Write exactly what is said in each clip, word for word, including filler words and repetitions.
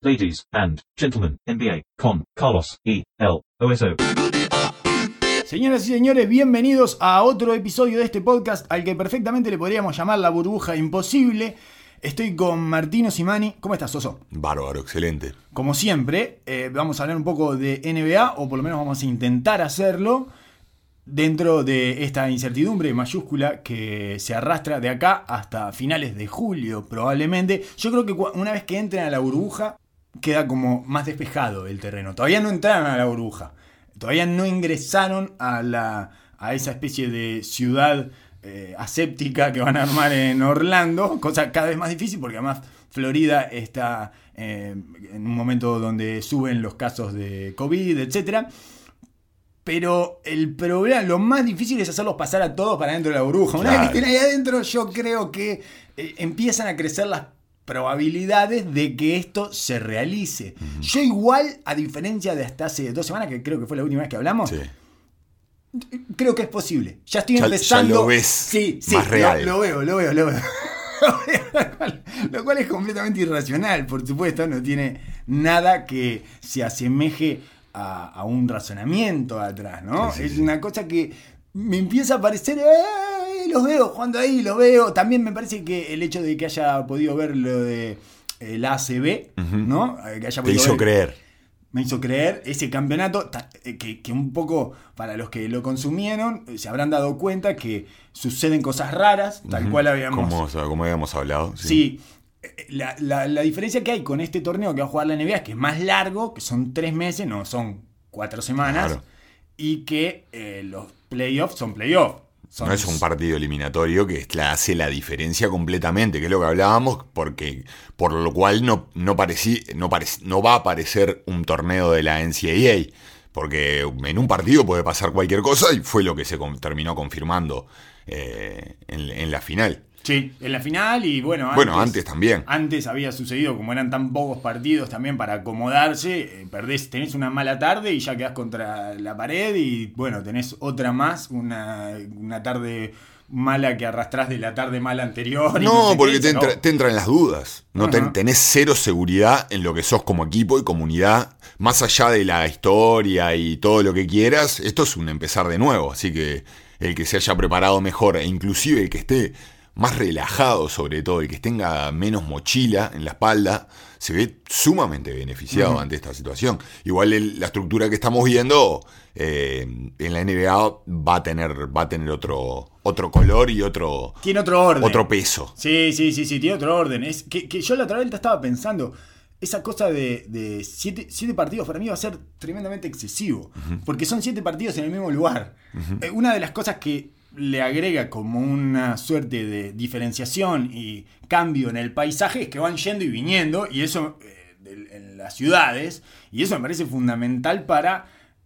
Ladies and gentlemen, N B A, con Carlos E. L. Oso. Señoras y señores, bienvenidos a otro episodio de este podcast al que perfectamente le podríamos llamar La Burbuja Imposible. Estoy con Martino Simani. ¿Cómo estás, Oso? Bárbaro, excelente. Como siempre, eh, vamos a hablar un poco de N B A, o por lo menos vamos a intentar hacerlo, dentro de esta incertidumbre mayúscula que se arrastra de acá hasta finales de julio, probablemente. Yo creo que una vez que entren a la burbuja, queda como más despejado el terreno. Todavía no entraron a la burbuja. Todavía no ingresaron a, la, a esa especie de ciudad eh, aséptica que van a armar en Orlando. Cosa cada vez más difícil porque además Florida está eh, en un momento donde suben los casos de COVID, etcétera. Pero el problema, lo más difícil es hacerlos pasar a todos para dentro de la burbuja. Una Claro. vez que estén ahí adentro, yo creo que eh, empiezan a crecer las probabilidades de que esto se realice. Uh-huh. Yo igual, a diferencia de hasta hace dos semanas, que creo que fue la última vez que hablamos, sí. creo que es posible. Ya estoy ya, empezando... Ya lo ves sí, sí, más real. Lo, lo veo, lo veo, lo veo. lo, cual, lo cual es completamente irracional, por supuesto. No tiene nada que se asemeje a, a un razonamiento atrás, ¿no? Sí, sí, es sí. Una cosa que me empieza a parecer... ¡Eh! Los veo jugando ahí, los veo. También me parece que el hecho de que haya podido ver lo de eh, la A C B, uh-huh. ¿no? Que haya Te hizo ver, creer. Me hizo creer ese campeonato que, que un poco, para los que lo consumieron, se habrán dado cuenta que suceden cosas raras, tal uh-huh. cual habíamos... Como, como habíamos hablado. Sí. sí la, la, la diferencia que hay con este torneo que va a jugar la N B A es que es más largo, que son tres meses, no son cuatro semanas, claro. Y que eh, los playoffs son playoffs. Son... No es un partido eliminatorio que hace la diferencia completamente, que es lo que hablábamos, porque por lo cual no, no, parecí, no, parec, no va a aparecer un torneo de la N C A A, porque en un partido puede pasar cualquier cosa y fue lo que se con, terminó confirmando eh, en, en la final. Sí, en la final y bueno antes, bueno, antes también. Antes había sucedido, como eran tan pocos partidos también para acomodarse, eh, perdés, tenés una mala tarde y ya quedás contra la pared y bueno, tenés otra más, una, una tarde mala que arrastrás de la tarde mala anterior. No, no sé porque qué, te, entra, te entran las dudas. No uh-huh. ten, tenés cero seguridad en lo que sos como equipo y comunidad. Más allá de la historia y todo lo que quieras, esto es un empezar de nuevo. Así que el que se haya preparado mejor e inclusive el que esté más relajado, sobre todo, y que tenga menos mochila en la espalda, se ve sumamente beneficiado uh-huh. ante esta situación. Igual el, la estructura que estamos viendo eh, en la N B A va a tener, va a tener otro, otro color y otro, tiene otro orden, otro peso. Sí, sí, sí, sí, tiene otro orden. Es que, que yo la otra vez estaba pensando, esa cosa de, de siete, siete partidos para mí va a ser tremendamente excesivo, uh-huh. porque son siete partidos en el mismo lugar. Uh-huh. Eh, una de las cosas que le agrega como una suerte de diferenciación y cambio en el paisaje es que van yendo y viniendo, y eso eh, en las ciudades, y eso me parece fundamental para,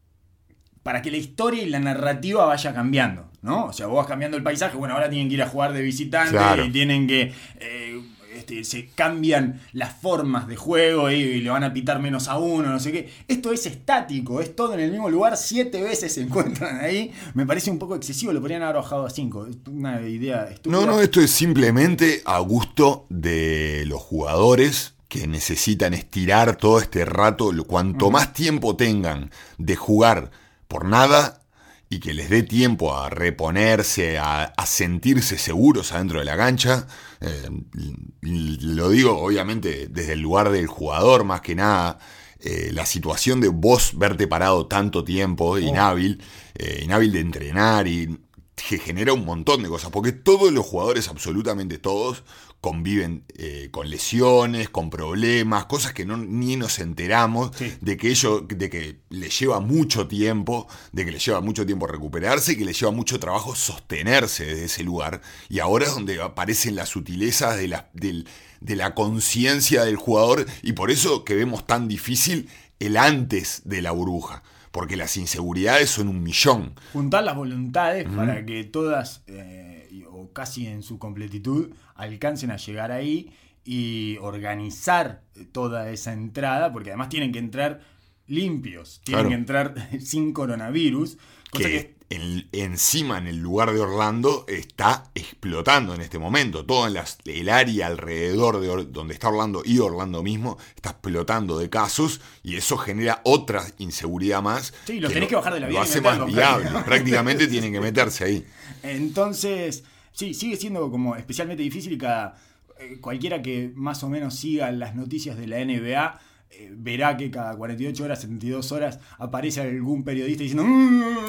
para que la historia y la narrativa vaya cambiando, ¿no? O sea, vos vas cambiando el paisaje, bueno, ahora tienen que ir a jugar de visitante, claro. y tienen que... Eh, Este, se cambian las formas de juego y, y le van a pitar menos a uno, no sé qué. Esto es estático, es todo en el mismo lugar, siete veces se encuentran ahí. Me parece un poco excesivo, lo podrían haber bajado a cinco. Es una idea estúpida. No, no, esto es simplemente a gusto de los jugadores que necesitan estirar todo este rato. Cuanto uh-huh. más tiempo tengan de jugar por nada y que les dé tiempo a reponerse, a, a sentirse seguros adentro de la cancha. Eh, lo digo obviamente desde el lugar del jugador más que nada. Eh, la situación de vos verte parado tanto tiempo, oh. inhábil, eh, inhábil de entrenar y que genera un montón de cosas, porque todos los jugadores, absolutamente todos, conviven eh, con lesiones, con problemas, cosas que no, ni nos enteramos, sí. de que ellos, de que les lleva mucho tiempo, de que les lleva mucho tiempo recuperarse y que les lleva mucho trabajo sostenerse desde ese lugar. Y ahora es donde aparecen las sutilezas de la, del, de la conciencia del jugador, y por eso que vemos tan difícil el antes de la burbuja. Porque las inseguridades son un millón. Juntar las voluntades uh-huh. para que todas, eh, o casi en su completitud, alcancen a llegar ahí y organizar toda esa entrada, porque además tienen que entrar limpios. Tienen Claro. que entrar sin coronavirus. Cosa que que en- encima en el lugar de Orlando está explotando en este momento. Todo en las- el área alrededor de Or- donde está Orlando y Orlando mismo está explotando de casos y eso genera otra inseguridad más. Sí, los tenés lo- que bajar del avión Lo y hace meterlos, más viable. prácticamente. Prácticamente tienen que meterse ahí. Entonces, sí, sigue siendo como especialmente difícil y cada eh, cualquiera que más o menos siga las noticias de la N B A eh, verá que cada cuarenta y ocho horas, setenta y dos horas aparece algún periodista diciendo mmm,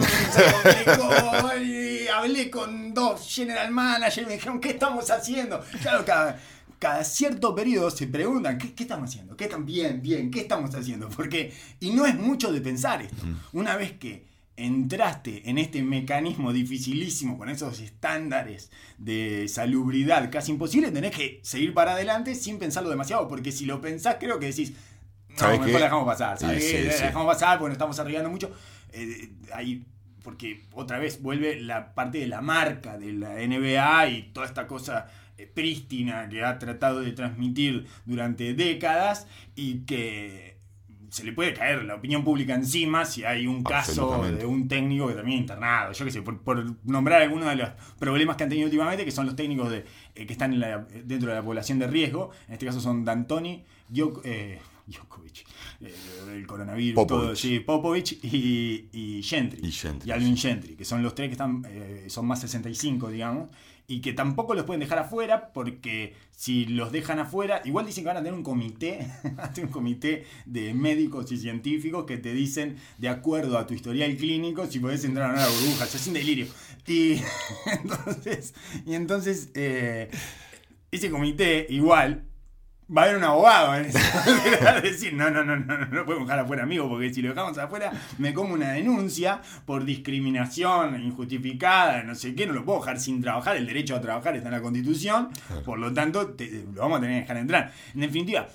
se complicó, y hablé con dos general managers y me dijeron ¿qué estamos haciendo? Claro, cada, cada cierto periodo se preguntan ¿qué, qué estamos haciendo? ¿Qué están bien, bien? ¿Qué estamos haciendo? Porque, y no es mucho de pensar esto. Una vez que entraste en este mecanismo dificilísimo con esos estándares de salubridad casi imposible, tenés que seguir para adelante sin pensarlo demasiado, porque si lo pensás creo que decís, no, ¿Sabes mejor qué? la dejamos pasar, ¿sabes? Sí, sí, la sí. dejamos pasar porque nos estamos arriesgando mucho. Eh, ahí, porque otra vez vuelve la parte de la marca de la N B A y toda esta cosa eh, prístina que ha tratado de transmitir durante décadas y que se le puede caer la opinión pública encima si hay un caso Absolutamente. de un técnico que termina internado. Yo qué sé, por, por nombrar algunos de los problemas que han tenido últimamente, que son los técnicos de, eh, que están en la- dentro de la población de riesgo. En este caso son D'Antoni, Djok- eh, Djokovic, eh, el coronavirus, Popovich. todo, sí, Popovich y, y Gentry. Y Gentry. Y Alvin Gentry, que son los tres que están eh, son más sesenta y cinco, digamos. Y que tampoco los pueden dejar afuera porque si los dejan afuera, igual dicen que van a tener un comité, un comité de médicos y científicos que te dicen de acuerdo a tu historial clínico si podés entrar o no a la burbuja. Eso es un delirio. Y entonces, y entonces eh, ese comité igual va a haber un abogado en eso, que va a decir, no, no, no, no, no, no podemos dejar afuera amigo, porque si lo dejamos afuera me como una denuncia por discriminación injustificada, no sé qué, no lo puedo dejar sin trabajar, el derecho a trabajar está en la Constitución, por lo tanto te- lo vamos a tener que dejar entrar. En definitiva,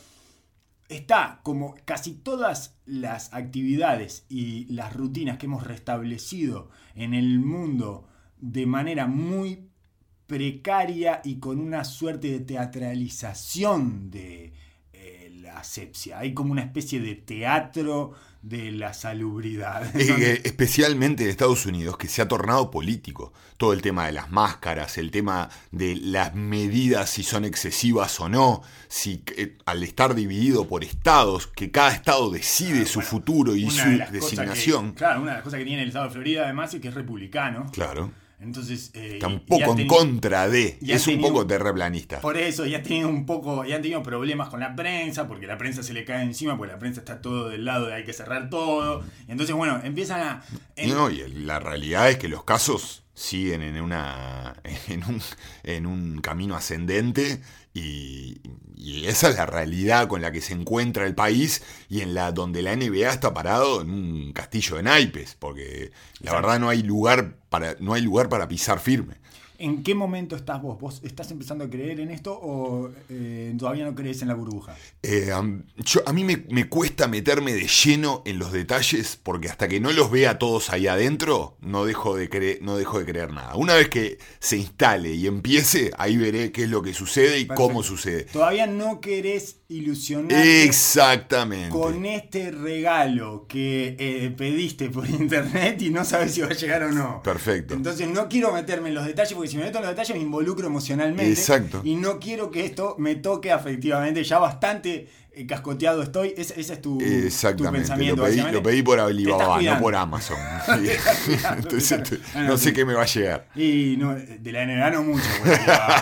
está como casi todas las actividades y las rutinas que hemos restablecido en el mundo de manera muy precaria y con una suerte de teatralización de eh, la asepsia. Hay como una especie de teatro de la salubridad. Eh, eh, especialmente en Estados Unidos, que se ha tornado político. Todo el tema de las máscaras, el tema de las medidas, si son excesivas o no, si eh, al estar dividido por estados, que cada estado decide su Bueno, futuro y una su de las cosas designación. que- claro, una de las cosas que tiene el estado de Florida además es que es republicano. Claro. Entonces, eh, Está un y- y poco ha en tenido- contra de. y ha Es un tenido- poco terraplanista. Por eso, ya han tenido un poco, ya han tenido problemas con la prensa, porque la prensa se le cae encima, porque la prensa está todo del lado de hay que cerrar todo. Y entonces, bueno, empiezan a. Y no, y la realidad es que los casos siguen en una en un, en un camino ascendente y, y esa es la realidad con la que se encuentra el país y en la donde la N B A está parado en un castillo de naipes, porque la Exacto. verdad no hay lugar para no hay lugar para pisar firme. ¿En qué momento estás vos? ¿Vos estás empezando a creer en esto o eh, todavía no crees en la burbuja? Eh, um, yo, a mí me, me cuesta meterme de lleno en los detalles porque hasta que no los vea todos ahí adentro no dejo de cre- no dejo de creer nada. Una vez que se instale y empiece, ahí veré qué es lo que sucede y Perfecto. cómo sucede. Todavía no querés ilusionarte Exactamente. con este regalo que eh, pediste por internet y no sabes si va a llegar o no. Perfecto. Entonces no quiero meterme en los detalles porque si me meto en los detalles me involucro emocionalmente. Exacto. Y no quiero que esto me toque afectivamente. Ya bastante eh, cascoteado estoy. Ese, ese es tu, tu Exactamente. pensamiento. Lo pedí, básicamente. lo pedí por Te estás Alibaba, no cuidando. por Amazon. Te estás cuidando, Entonces te te- estás- no sé qué me va a llegar. Y no, de la N B A no mucho. Pues,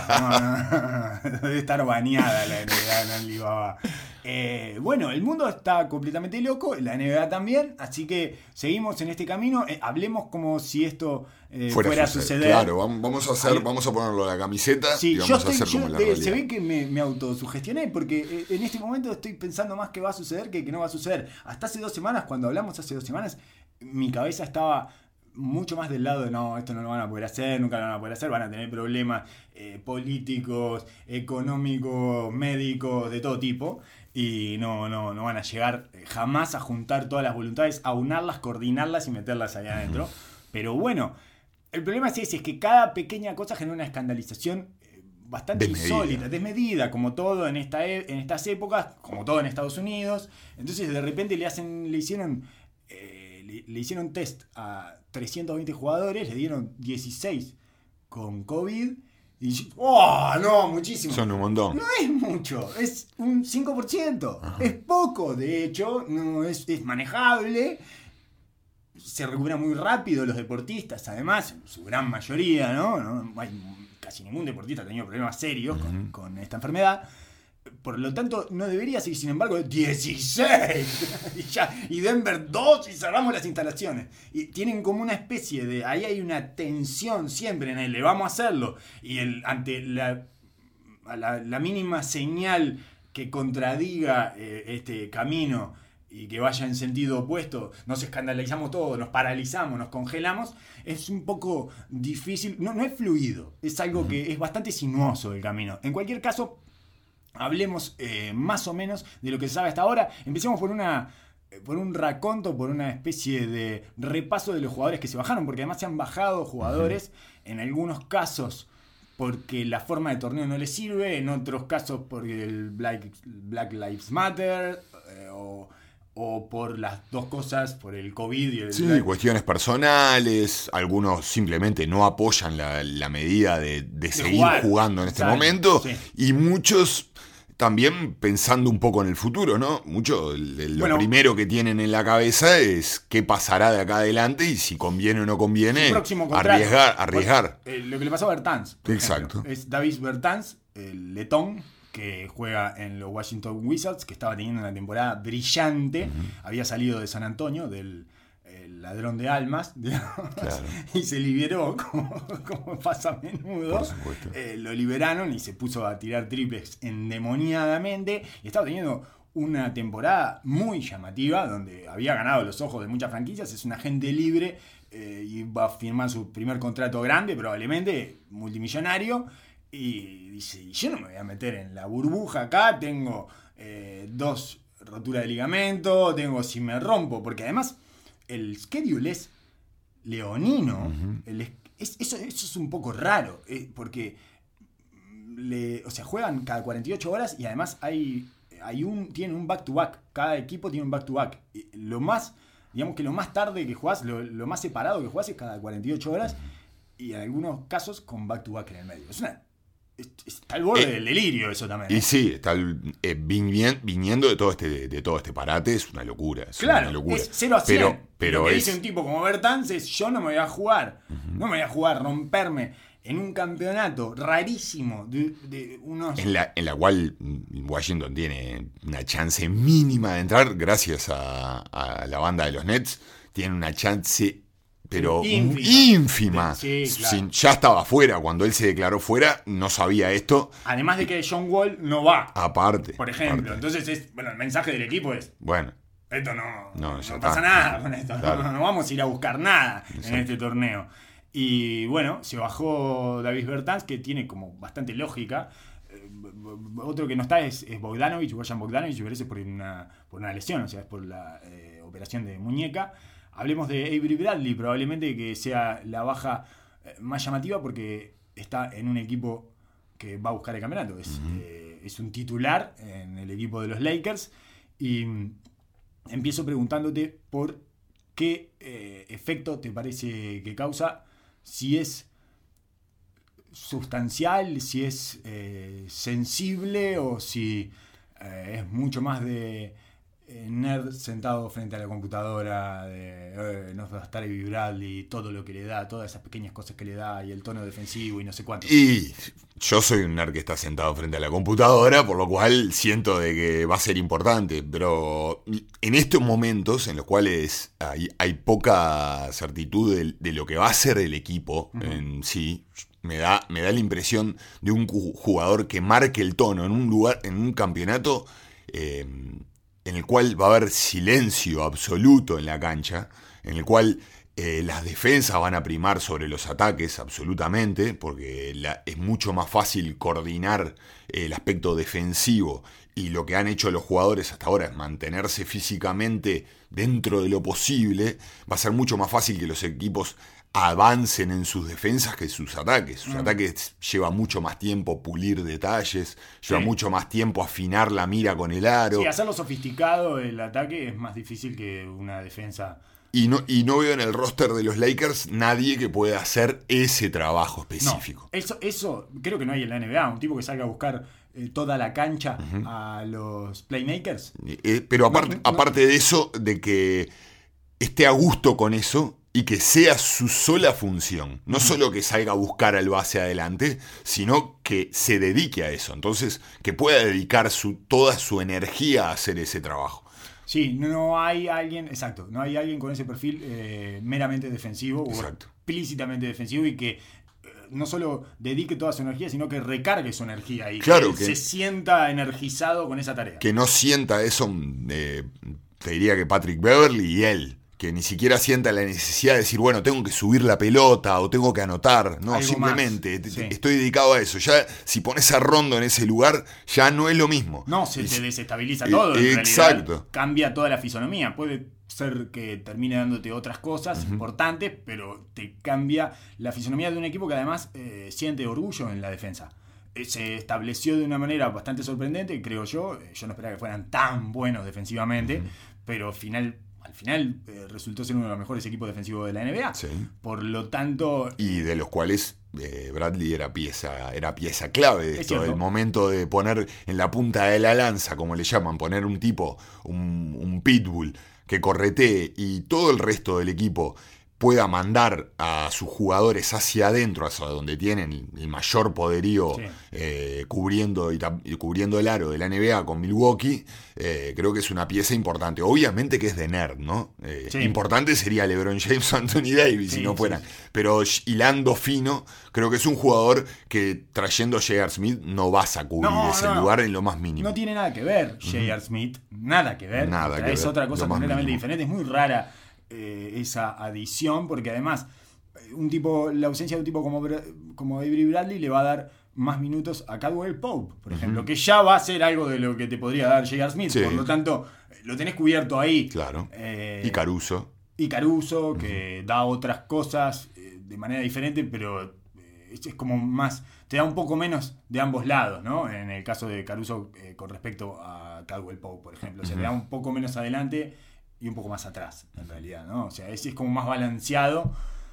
Alibaba. no, no, debe estar baneada la N B A en Alibaba. Eh, bueno, el mundo está completamente loco, la N B A también, así que seguimos en este camino. Eh, hablemos como si esto eh, fuera, Fuera a a suceder. suceder. Claro, vamos vamos a hacer, Ale- vamos a ponerlo en la camiseta Sí, y yo vamos estoy, a hacer yo como la de- realidad. se ve que me, me autosugestioné porque eh, en este momento estoy pensando más que va a suceder que que no va a suceder. Hasta hace dos semanas, cuando hablamos hace dos semanas, mi cabeza estaba mucho más del lado de no, esto no lo van a poder hacer, nunca lo van a poder hacer, van a tener problemas eh, políticos, económicos, médicos, de todo tipo. Y no, no, no van a llegar jamás a juntar todas las voluntades, a unarlas, coordinarlas y meterlas allá adentro. Uh-huh. Pero bueno, el problema es ese, es que cada pequeña cosa genera una escandalización bastante Desmedida. insólita, desmedida, como todo en esta e- en estas épocas, como todo en Estados Unidos. Entonces de repente le hacen, le hicieron, eh, le, le hicieron test a trescientos veinte jugadores, le dieron dieciséis con COVID. Y ¡oh! No, muchísimo. Son un montón. No es mucho, es un cinco por ciento. Ajá. Es poco, de hecho, no es, es manejable. Se recuperan muy rápido los deportistas, además, su gran mayoría, ¿no? No hay, casi ningún deportista ha tenido problemas serios uh-huh. con, con esta enfermedad. Por lo tanto, no debería ser, sin embargo, dieciséis. y, ya, y Denver dos y cerramos las instalaciones. Y tienen como una especie de... Ahí hay una tensión siempre en el de vamos a hacerlo. Y el, ante la, la, la mínima señal que contradiga eh, este camino y que vaya en sentido opuesto, nos escandalizamos todos, nos paralizamos, nos congelamos, es un poco difícil. No, no es fluido, es algo que es bastante sinuoso el camino. En cualquier caso... Hablemos eh, más o menos de lo que se sabe hasta ahora. Empecemos por una por un raconto, por una especie de repaso de los jugadores que se bajaron, porque además se han bajado jugadores, uh-huh. en algunos casos porque la forma de torneo no les sirve, en otros casos porque el Black, Black Lives Matter, eh, o, o por las dos cosas, por el COVID y el... Sí, Black... cuestiones personales, algunos simplemente no apoyan la, la medida de, de, de seguir jugar. jugando en este Exacto, momento, sí. Y muchos... También pensando un poco en el futuro, ¿no? Mucho de lo bueno, primero que tienen en la cabeza es qué pasará de acá adelante y si conviene o no conviene arriesgar. arriesgar. Pues, eh, lo que le pasó a Bertans. Exacto. Ejemplo, es Davis Bertans, el letón, que juega en los Washington Wizards, que estaba teniendo una temporada brillante. Uh-huh. Había salido de San Antonio, del el ladrón de almas, digamos, claro. Y se liberó, como, como pasa a menudo. Eh, lo liberaron y se puso a tirar triples endemoniadamente. Y estaba teniendo una temporada muy llamativa, donde había ganado los ojos de muchas franquicias. Es un agente libre eh, y va a firmar su primer contrato grande, probablemente multimillonario. Y dice, yo no me voy a meter en la burbuja acá, tengo eh, dos roturas de ligamento, tengo si me rompo, porque además... El schedule es leonino. Uh-huh. El, es, eso, eso es un poco raro, eh, porque le, o sea, juegan cada cuarenta y ocho horas y además hay, hay un, tienen un back-to-back. Cada equipo tiene un back-to-back. Y lo más, digamos que lo más tarde que jugás, lo, lo más separado que jugás es cada cuarenta y ocho horas y en algunos casos con back-to-back en el medio. Es una... Está al borde eh, del delirio eso también. ¿eh? Y sí, está el, eh, viniendo, viniendo de todo este de, de todo este parate, es una locura. Es claro, una locura. Es cero a cien. Pero, pero lo que es... dice un tipo como Bertans es, yo no me voy a jugar, uh-huh. no me voy a jugar, romperme en un campeonato rarísimo de, de unos... En la, en la cual Washington tiene una chance mínima de entrar, gracias a, a la banda de los Nets, tiene una chance... pero ínfima, ínfima. Sí, claro. Sin, ya estaba fuera, cuando él se declaró fuera, no sabía esto. Además de que John Wall no va. Aparte. Por ejemplo. Aparte. Entonces, es bueno, el mensaje del equipo es, bueno, esto no, no, no ya pasa está. nada con esto. Claro. No, no vamos a ir a buscar nada Exacto. en este torneo. Y bueno, se bajó Davis Bertans, que tiene como bastante lógica. Eh, otro que no está es, es Bogdanovich, Bojan Bogdanovich, pero ese es por una, por una lesión, o sea, es por la eh, operación de muñeca. Hablemos de Avery Bradley, probablemente que sea la baja más llamativa porque está en un equipo que va a buscar el campeonato. Es, uh-huh. eh, es un titular en el equipo de los Lakers. Y empiezo preguntándote por qué eh, efecto te parece que causa, si es sustancial, si es eh, sensible o si eh, es mucho más de... nerd sentado frente a la computadora, de eh, no va a estar Avery Bradley, todo lo que le da, todas esas pequeñas cosas que le da y el tono defensivo y no sé cuánto. Y yo soy un nerd que está sentado frente a la computadora, por lo cual siento de que va a ser importante, pero en estos momentos en los cuales hay, hay poca certitud de, de lo que va a ser el equipo uh-huh. en sí, me da, me da la impresión de un jugador que marque el tono en un lugar, en un campeonato eh, en el cual va a haber silencio absoluto en la cancha, en el cual eh, las defensas van a primar sobre los ataques absolutamente, porque la, es mucho más fácil coordinar eh, el aspecto defensivo, y lo que han hecho los jugadores hasta ahora es mantenerse físicamente dentro de lo posible. Va a ser mucho más fácil que los equipos avancen en sus defensas que sus ataques. Sus Mm. ataques lleva mucho más tiempo pulir detalles, lleva Sí. mucho más tiempo afinar la mira con el aro. Sí, hacerlo sofisticado el ataque es más difícil que una defensa. Y no, y no veo en el roster de los Lakers nadie que pueda hacer ese trabajo No, específico. eso, eso creo que no hay en la N B A. Un tipo que salga a buscar eh, toda la cancha a los playmakers. Eh, pero aparte, No, no, no. aparte de eso, de que esté a gusto con eso y que sea su sola función. No solo que salga a buscar al base adelante, sino que se dedique a eso. Entonces, que pueda dedicar su, toda su energía a hacer ese trabajo. Sí, no hay alguien, exacto, no hay alguien con ese perfil eh, meramente defensivo o Exacto. explícitamente defensivo y que eh, no solo dedique toda su energía, sino que recargue su energía y Claro que, que- se sienta energizado con esa tarea. Que no sienta eso, eh, te diría que Patrick Beverly y él. Que ni siquiera sienta la necesidad de decir, bueno, tengo que subir la pelota o tengo que anotar. No, Algo simplemente más, te- sí. estoy dedicado a eso. Ya, si pones a Rondo en ese lugar, ya no es lo mismo. No, se Es- te desestabiliza eh, todo. En exacto. realidad, cambia toda la fisonomía. Puede ser que termine dándote otras cosas importantes, pero te cambia la fisonomía de un equipo que además eh, siente orgullo en la defensa. Eh, Se estableció de una manera bastante sorprendente, creo yo. Eh, Yo no esperaba que fueran tan buenos defensivamente, pero al final, al final eh, resultó ser uno de los mejores equipos defensivos de la N B A. Sí. Por lo tanto, Y de los cuales eh, Bradley era pieza, era pieza clave de Es esto. cierto. El momento de poner en la punta de la lanza, como le llaman, poner un tipo, un, un pitbull que corretee y todo el resto del equipo pueda mandar a sus jugadores hacia adentro, hacia donde tienen el mayor poderío, Sí. eh, cubriendo, y tap- y cubriendo el aro de la N B A con Milwaukee, eh, creo que es una pieza importante. Obviamente que es de nerd, ¿no? Eh, Sí. Importante sería LeBron James o Anthony Davis Sí, si no sí, fueran. sí. Pero hilando fino, creo que es un jugador que trayendo a J R. Smith no vas a cubrir No, ese no, no. lugar en lo más mínimo. no tiene nada que ver J R. Smith, nada que ver. Nada que es ver, otra cosa lo más completamente mínimo. diferente. Es muy rara eh, esa adición, porque además, eh, un tipo, la ausencia de un tipo como, Bra- como Avery Bradley le va a dar más minutos a Caldwell Pope, por ejemplo, que ya va a ser algo de lo que te podría dar J R. Smith. Sí. Por lo tanto, eh, lo tenés cubierto ahí. Claro. Eh, Y Caruso. y Caruso, que da otras cosas eh, de manera diferente, pero eh, es, es como más, te da un poco menos de ambos lados, ¿no? En el caso de Caruso eh, con respecto a Caldwell Pope, por ejemplo. O sea, Ujú. te da un poco menos adelante y un poco más atrás, en realidad, ¿no? O sea, es, es como más balanceado.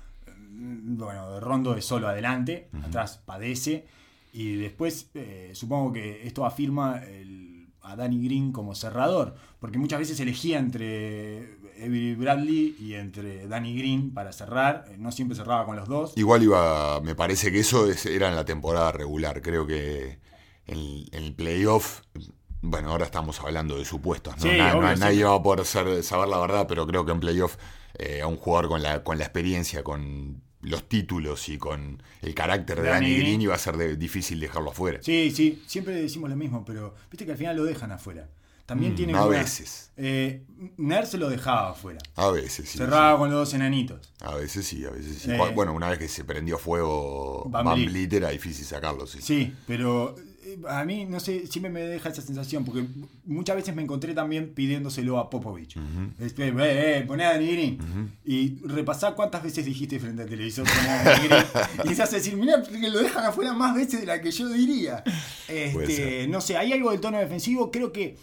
Mm, Bueno, Rondo es solo adelante, atrás padece. Y después, eh, supongo que esto afirma el- a Danny Green como cerrador, porque muchas veces elegía entre Avery Bradley y entre Danny Green para cerrar, eh, no siempre cerraba con los dos. Igual iba, me parece que eso es- era en la temporada regular. Creo que en, en el playoff, bueno, ahora estamos hablando de supuestos, ¿no? Sí, Na- obvio, na- sí. nadie va a poder ser- saber la verdad, pero creo que en playoff eh, a un jugador con la, con la experiencia, con los títulos y con el carácter de Danny Danny Green. Green iba a ser de- difícil dejarlo afuera. Sí, sí, siempre decimos lo mismo, pero viste que al final lo dejan afuera. También Mm, tiene a una- veces. Eh, Nerd lo dejaba afuera. A veces sí. Cerraba con los dos enanitos. sí. A veces sí, a veces sí. Eh, bueno, una vez que se prendió fuego Van Van Vliet. Vliet era difícil sacarlo, sí. Sí, pero eh, a mí, no sé, siempre me deja esa sensación, porque muchas veces me encontré también pidiéndoselo a Popovich. Este, eh, eh, poné a Danny Green. Y repasá cuántas veces dijiste frente al televisor poné a Danny Green. Y se hace decir, mirá, que lo dejan afuera más veces de la que yo diría. Puede Este, ser. no sé, hay algo del tono defensivo, creo que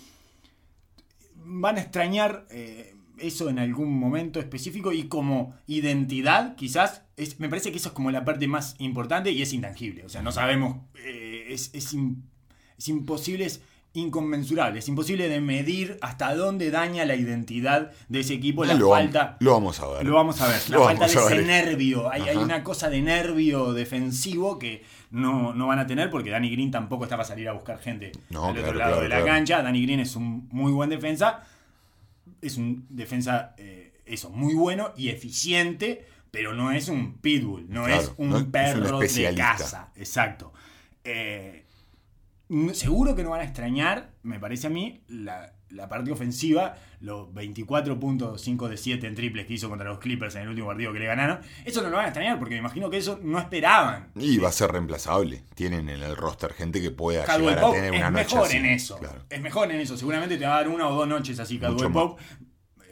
van a extrañar eh, eso en algún momento específico, y como identidad quizás es, me parece que eso es como la parte más importante y es intangible, o sea, no sabemos, eh, es, es, im- es imposible, es inconmensurable, es imposible de medir hasta dónde daña la identidad de ese equipo la lo, vam- falta. lo vamos a ver. Lo vamos a ver. La Lo falta de vamos a ese ver. nervio. Hay, hay Ajá. una cosa de nervio defensivo que no, no van a tener, porque Danny Green tampoco está para salir a buscar gente No, al claro, otro lado claro, de la claro. cancha. Danny Green es un muy buen defensa. Es un defensa, eh, eso, muy bueno y eficiente, pero no es un pitbull, no Claro, es un no es un perro de especialista. casa. Exacto. Eh, n- seguro que no van a extrañar, me parece a mí, la, la parte ofensiva, los veinticuatro punto cinco de siete en triples que hizo contra los Clippers en el último partido que le ganaron. Eso no lo van a extrañar, porque me imagino que eso no esperaban. Y va a ser reemplazable. Tienen en el roster gente que pueda Caldwell llegar a Pope tener es una noche mejor así. en eso. Claro. Es mejor en eso. Seguramente te va a dar una o dos noches así Caldwell Mucho más. Pope.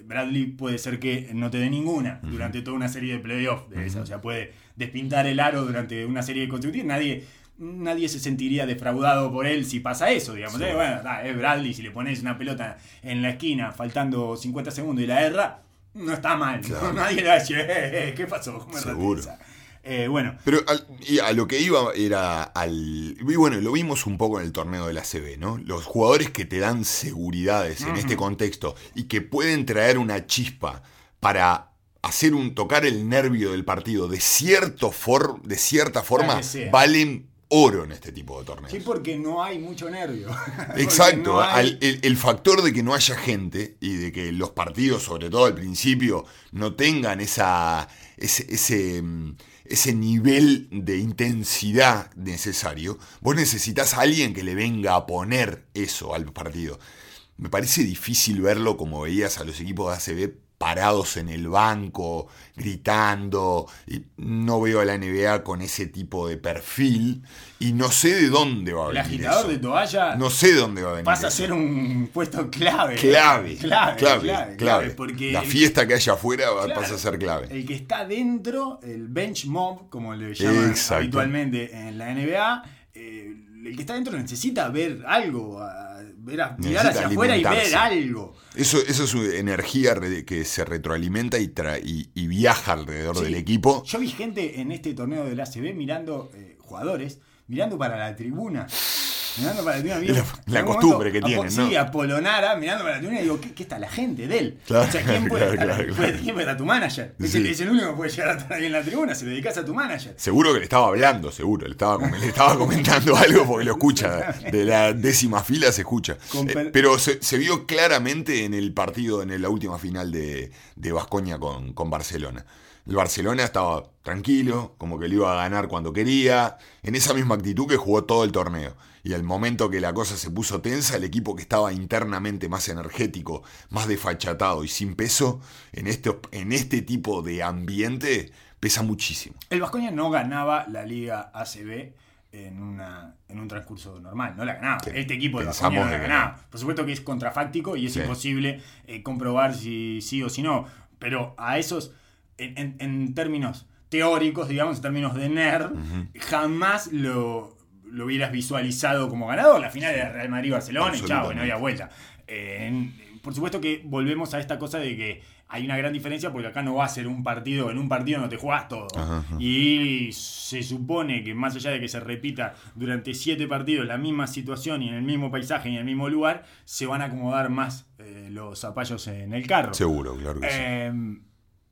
Bradley puede ser que no te dé ninguna uh-huh. durante toda una serie de playoffs de uh-huh. esa, o sea, puede despintar el aro durante una serie de consecutivas. Nadie, nadie se sentiría defraudado por él si pasa eso, digamos. Sí. Eh, bueno, da, es Bradley, si le pones una pelota en la esquina faltando cincuenta segundos y la erra, no está mal. Claro. ¿No? Nadie le va a decir, eh, eh, ¿qué pasó? ¿Cómo Seguro. Eh, bueno. Pero al, y a lo que iba era al... Y bueno, lo vimos un poco en el torneo de la A C B, ¿no? Los jugadores que te dan seguridades uh-huh. en este contexto y que pueden traer una chispa para hacer un tocar el nervio del partido de, cierto for, de cierta forma, valen oro en este tipo de torneos. Sí, porque no hay mucho nervio. Exacto. No hay... al, el, el factor de que no haya gente y de que los partidos, sobre todo al principio, no tengan esa ese... ese ese nivel de intensidad necesario, vos necesitas a alguien que le venga a poner eso al partido. Me parece difícil verlo como veías a los equipos de A C B parados en el banco, gritando, y no veo a la N B A con ese tipo de perfil, y no sé de dónde va a venir. El agitador eso. de toalla no sé de dónde va a venir. Pasa eso. a ser un puesto clave. Clave, clave, clave, clave, clave. porque la el, fiesta que haya afuera claro, pasa a ser clave. El que está dentro, el bench mob, como le llaman Exacto. habitualmente en la N B A, eh, el que está dentro necesita ver algo, ver a, mirar hacia afuera y ver algo. Eso, eso es una energía que se retroalimenta y, tra- y, y viaja alrededor sí. del equipo. Yo vi gente en este torneo del A C B mirando, eh, jugadores, mirando para la tribuna. Mirando para la tribuna. Bien, la la costumbre que apo- tienen, sí, ¿no? Sí, Apolonara, mirando para la tribuna y digo, ¿qué, qué está la gente de él? Claro, o sea, ¿quién puede, claro, estar, claro, puede, claro. ¿quién puede estar tu manager? Es, Sí. el, es el único que puede llegar a estar ahí en la tribuna, se lo dedicas a tu manager. Seguro que le estaba hablando, seguro. Le estaba, le estaba comentando algo porque lo escucha. De la décima fila se escucha. Eh, pero se, se vio claramente en el partido, en la última final de, de Baskonia con, con Barcelona. El Barcelona estaba tranquilo, como que le iba a ganar cuando quería, en esa misma actitud que jugó todo el torneo. Y al momento que la cosa se puso tensa, el equipo que estaba internamente más energético, más desfachatado y sin peso, en este, en este tipo de ambiente pesa muchísimo. El Baskonia no ganaba la Liga A C B en, una, en un transcurso normal, no la ganaba. Sí, este equipo de Baskonia no la ganaba. Por supuesto que es contrafáctico y es sí. imposible eh, comprobar si sí o si no, pero a esos, en, en, en términos teóricos, digamos, en términos de nerd, uh-huh. jamás lo... lo hubieras visualizado como ganador. La final de Real Madrid-Barcelona y chao, no había vuelta. Eh, por supuesto que volvemos a esta cosa de que hay una gran diferencia porque acá no va a ser un partido, en un partido no te jugás todo. Ajá, ajá. Y se supone que más allá de que se repita durante siete partidos la misma situación y en el mismo paisaje y en el mismo lugar, se van a acomodar más eh, los zapallos en el carro. Seguro, claro que eh, sí.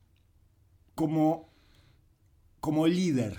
Como, como líder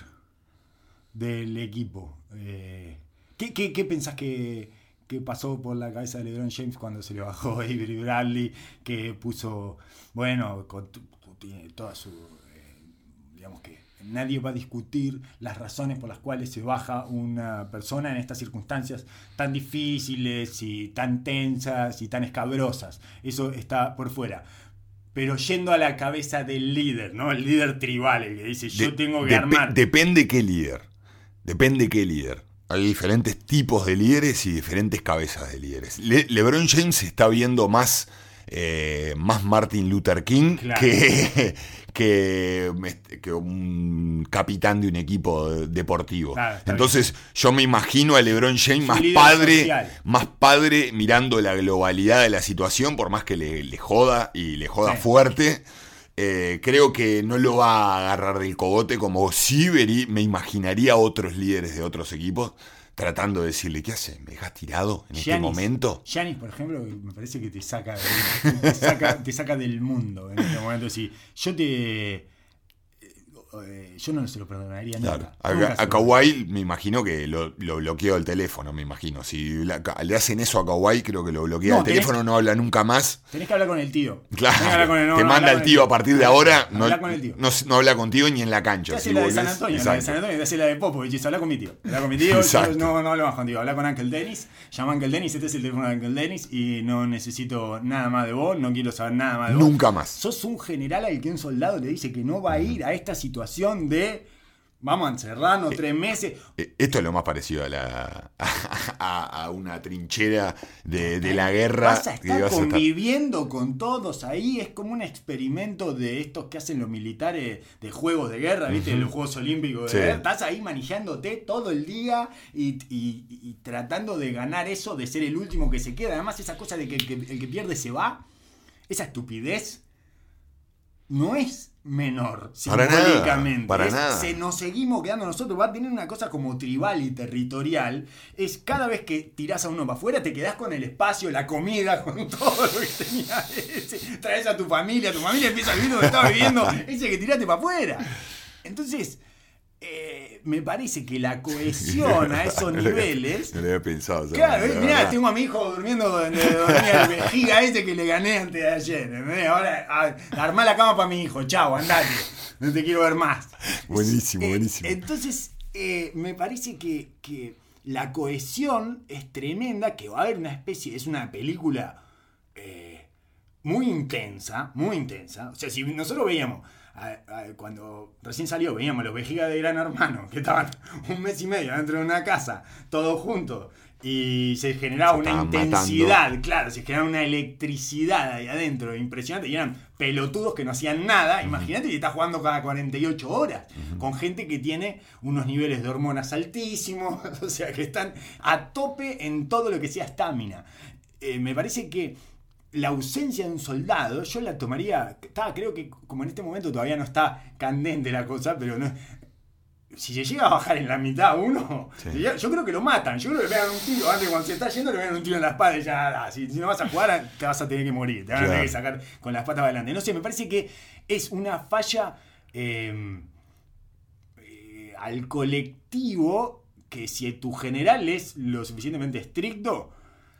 del equipo, Eh, ¿qué, qué, ¿Qué pensás que, que pasó por la cabeza de LeBron James cuando se le bajó Avery Bradley? Que puso, bueno, con, tiene toda su... Eh, digamos que nadie va a discutir las razones por las cuales se baja una persona en estas circunstancias tan difíciles y tan tensas y tan escabrosas. Eso está por fuera. Pero yendo a la cabeza del líder, ¿no? El líder tribal, el que dice, yo de, tengo que dep- armar... Depende qué líder. Depende qué líder. Hay diferentes tipos de líderes y diferentes cabezas de líderes. Le- LeBron James se está viendo más, eh, más Martin Luther King claro. que, que, que un capitán de un equipo deportivo. Claro, Entonces bien. Yo me imagino a LeBron James más padre, más padre mirando la globalidad de la situación, por más que le, le joda y le joda sí. fuerte. Eh, creo que no lo va a agarrar del cogote como si verí, me imaginaría a otros líderes de otros equipos tratando de decirle, ¿qué haces? ¿Me dejas tirado en Giannis, este momento? Giannis, por ejemplo, me parece que te saca, de, te, saca, te saca del mundo en este momento. Si yo te... Eh, yo no se lo perdonaría claro. nunca. A, nunca a Kawhi me imagino que lo, lo bloqueó el teléfono, me imagino. Si la, le hacen eso a Kawhi, creo que lo bloquea no, el teléfono, que, no habla nunca más. Tenés que hablar con el tío. Claro, con el, no, te no, manda el tío a partir de ahora, no, no, no, no habla contigo ni en la cancha. Te hace si la volvés, de San Antonio, la de San Antonio, te hace la de Popovich, dice, habla con mi tío. Habla con mi tío, yo no, no hablo más contigo, habla con Uncle Dennis, llama a Uncle Dennis, este es el teléfono de Uncle Dennis y no necesito nada más de vos, no quiero saber nada más de vos. Nunca vos. más. Sos un general al que un soldado le dice que no va a ir a esta situación de Vamos a encerrarnos eh, tres meses. Eh, esto es lo más parecido a la a, a una trinchera de, de la guerra. Vas a estar vas conviviendo a estar... con todos ahí. Es como un experimento de estos que hacen los militares de juegos de guerra, ¿viste? Uh-huh. Los Juegos Olímpicos de sí. guerra. Estás ahí manejándote todo el día y, y, y tratando de ganar eso, de ser el último que se queda. Además, esa cosa de que el que, el que pierde se va, esa estupidez no es menor, para simbólicamente. Nada, para es, nada. Se nos seguimos quedando nosotros. Va a tener una cosa como tribal y territorial. Es cada vez que tirás a uno para afuera, te quedás con el espacio, la comida, con todo lo que tenías. Ese. Traes a tu familia, tu familia empieza a vivir donde estaba viviendo ese que tiraste para afuera. Entonces, eh, me parece que la cohesión a esos no niveles. No lo había pensado. Claro, eh, mirá, tengo a mi hijo durmiendo donde dormía el vejiga ese que le gané antes de ayer. ¿eh? Ahora, a, armá la cama para mi hijo, chao, andate. No te quiero ver más. Buenísimo, eh, buenísimo. Entonces, eh, me parece que, que la cohesión es tremenda, que va a haber una especie, es una película eh, muy intensa, muy intensa. O sea, si nosotros veíamos. A, a, cuando recién salió veíamos los vejigas de Gran Hermano que estaban un mes y medio dentro de una casa todos juntos y se generaba se una intensidad matando. Claro, se generaba una electricidad ahí adentro impresionante y eran pelotudos que no hacían nada. Uh-huh. Imagínate que estás jugando cada cuarenta y ocho horas uh-huh. con gente que tiene unos niveles de hormonas altísimos, o sea que están a tope en todo lo que sea estamina. Eh, me parece que la ausencia de un soldado, yo la tomaría, está, creo que como en este momento todavía no está candente la cosa, pero no, si se llega a bajar en la mitad uno, sí. yo, yo creo que lo matan, yo creo que le pegan un tiro, antes cuando se está yendo le pegan un tiro en la espalda y ya, ah, si, si no vas a jugar te vas a tener que morir, te van claro. a tener que sacar con las patas para adelante. No sé, me parece que es una falla eh, eh, al colectivo que si tu general es lo suficientemente estricto,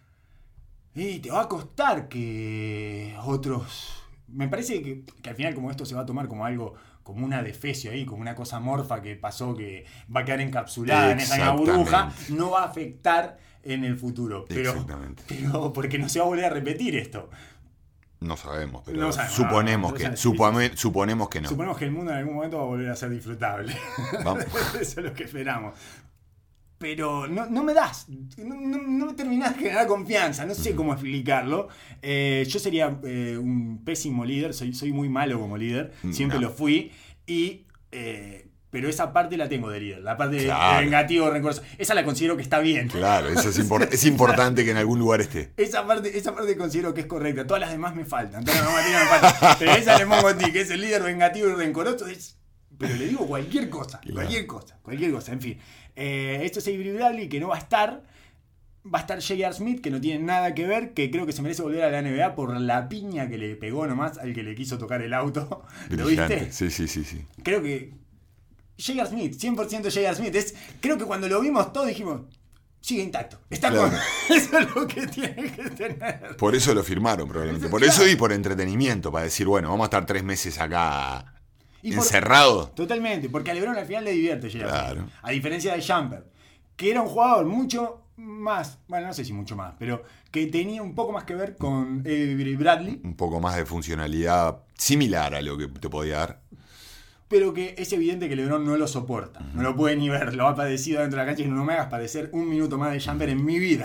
y te va a costar que otros... Me parece que, que al final como esto se va a tomar como algo, como una defecio ahí, como una cosa morfa que pasó que va a quedar encapsulada en esa burbuja, no va a afectar en el futuro. Pero, Exactamente. pero porque no se va a volver a repetir esto. No sabemos, pero no sabemos, suponemos, no, que, no supone, suponemos que no. Suponemos que el mundo en algún momento va a volver a ser disfrutable. Vamos. Eso es lo que esperamos. Pero no, no me das, no, no, no me terminás de generar confianza, no sé cómo explicarlo. Eh, yo sería eh, un pésimo líder, soy, soy muy malo como líder, siempre no. lo fui, y eh, pero esa parte la tengo de líder, la parte claro. de vengativo, rencoroso, esa la considero que está bien. Claro, eso es, import- es importante que en algún lugar esté. Esa parte, esa parte considero que es correcta, todas las demás me faltan, todas las demás me faltan, pero esa le pongo a ti, que es el líder vengativo y rencoroso, es... Pero le digo cualquier cosa, claro. cualquier cosa, cualquier cosa, en fin. Eh, esto es Avery Bradley, que no va a estar. Va a estar J R. Smith, que no tiene nada que ver, que creo que se merece volver a la N B A por la piña que le pegó nomás al que le quiso tocar el auto. ¿Lo Brillante. viste? Sí, sí, sí, sí. Creo que J R. Smith, cien por ciento J R. Smith. Es, creo que cuando lo vimos todos dijimos, sigue intacto. Está claro. con... Eso es lo que tiene que tener. Por eso lo firmaron probablemente. Por claro. eso y por entretenimiento, para decir, bueno, vamos a estar tres meses acá... Y encerrado. Por, totalmente, porque a LeBron al final le divierte J R. Claro. A diferencia de Jumper, que era un jugador mucho más, bueno, no sé si mucho más, pero que tenía un poco más que ver con Avery Bradley. Un poco más de funcionalidad similar a lo que te podía dar. Pero que es evidente que LeBron no lo soporta, uh-huh. no lo puede ni ver, lo ha padecido dentro de la cancha y no me hagas padecer un minuto más de Jumper en mi vida.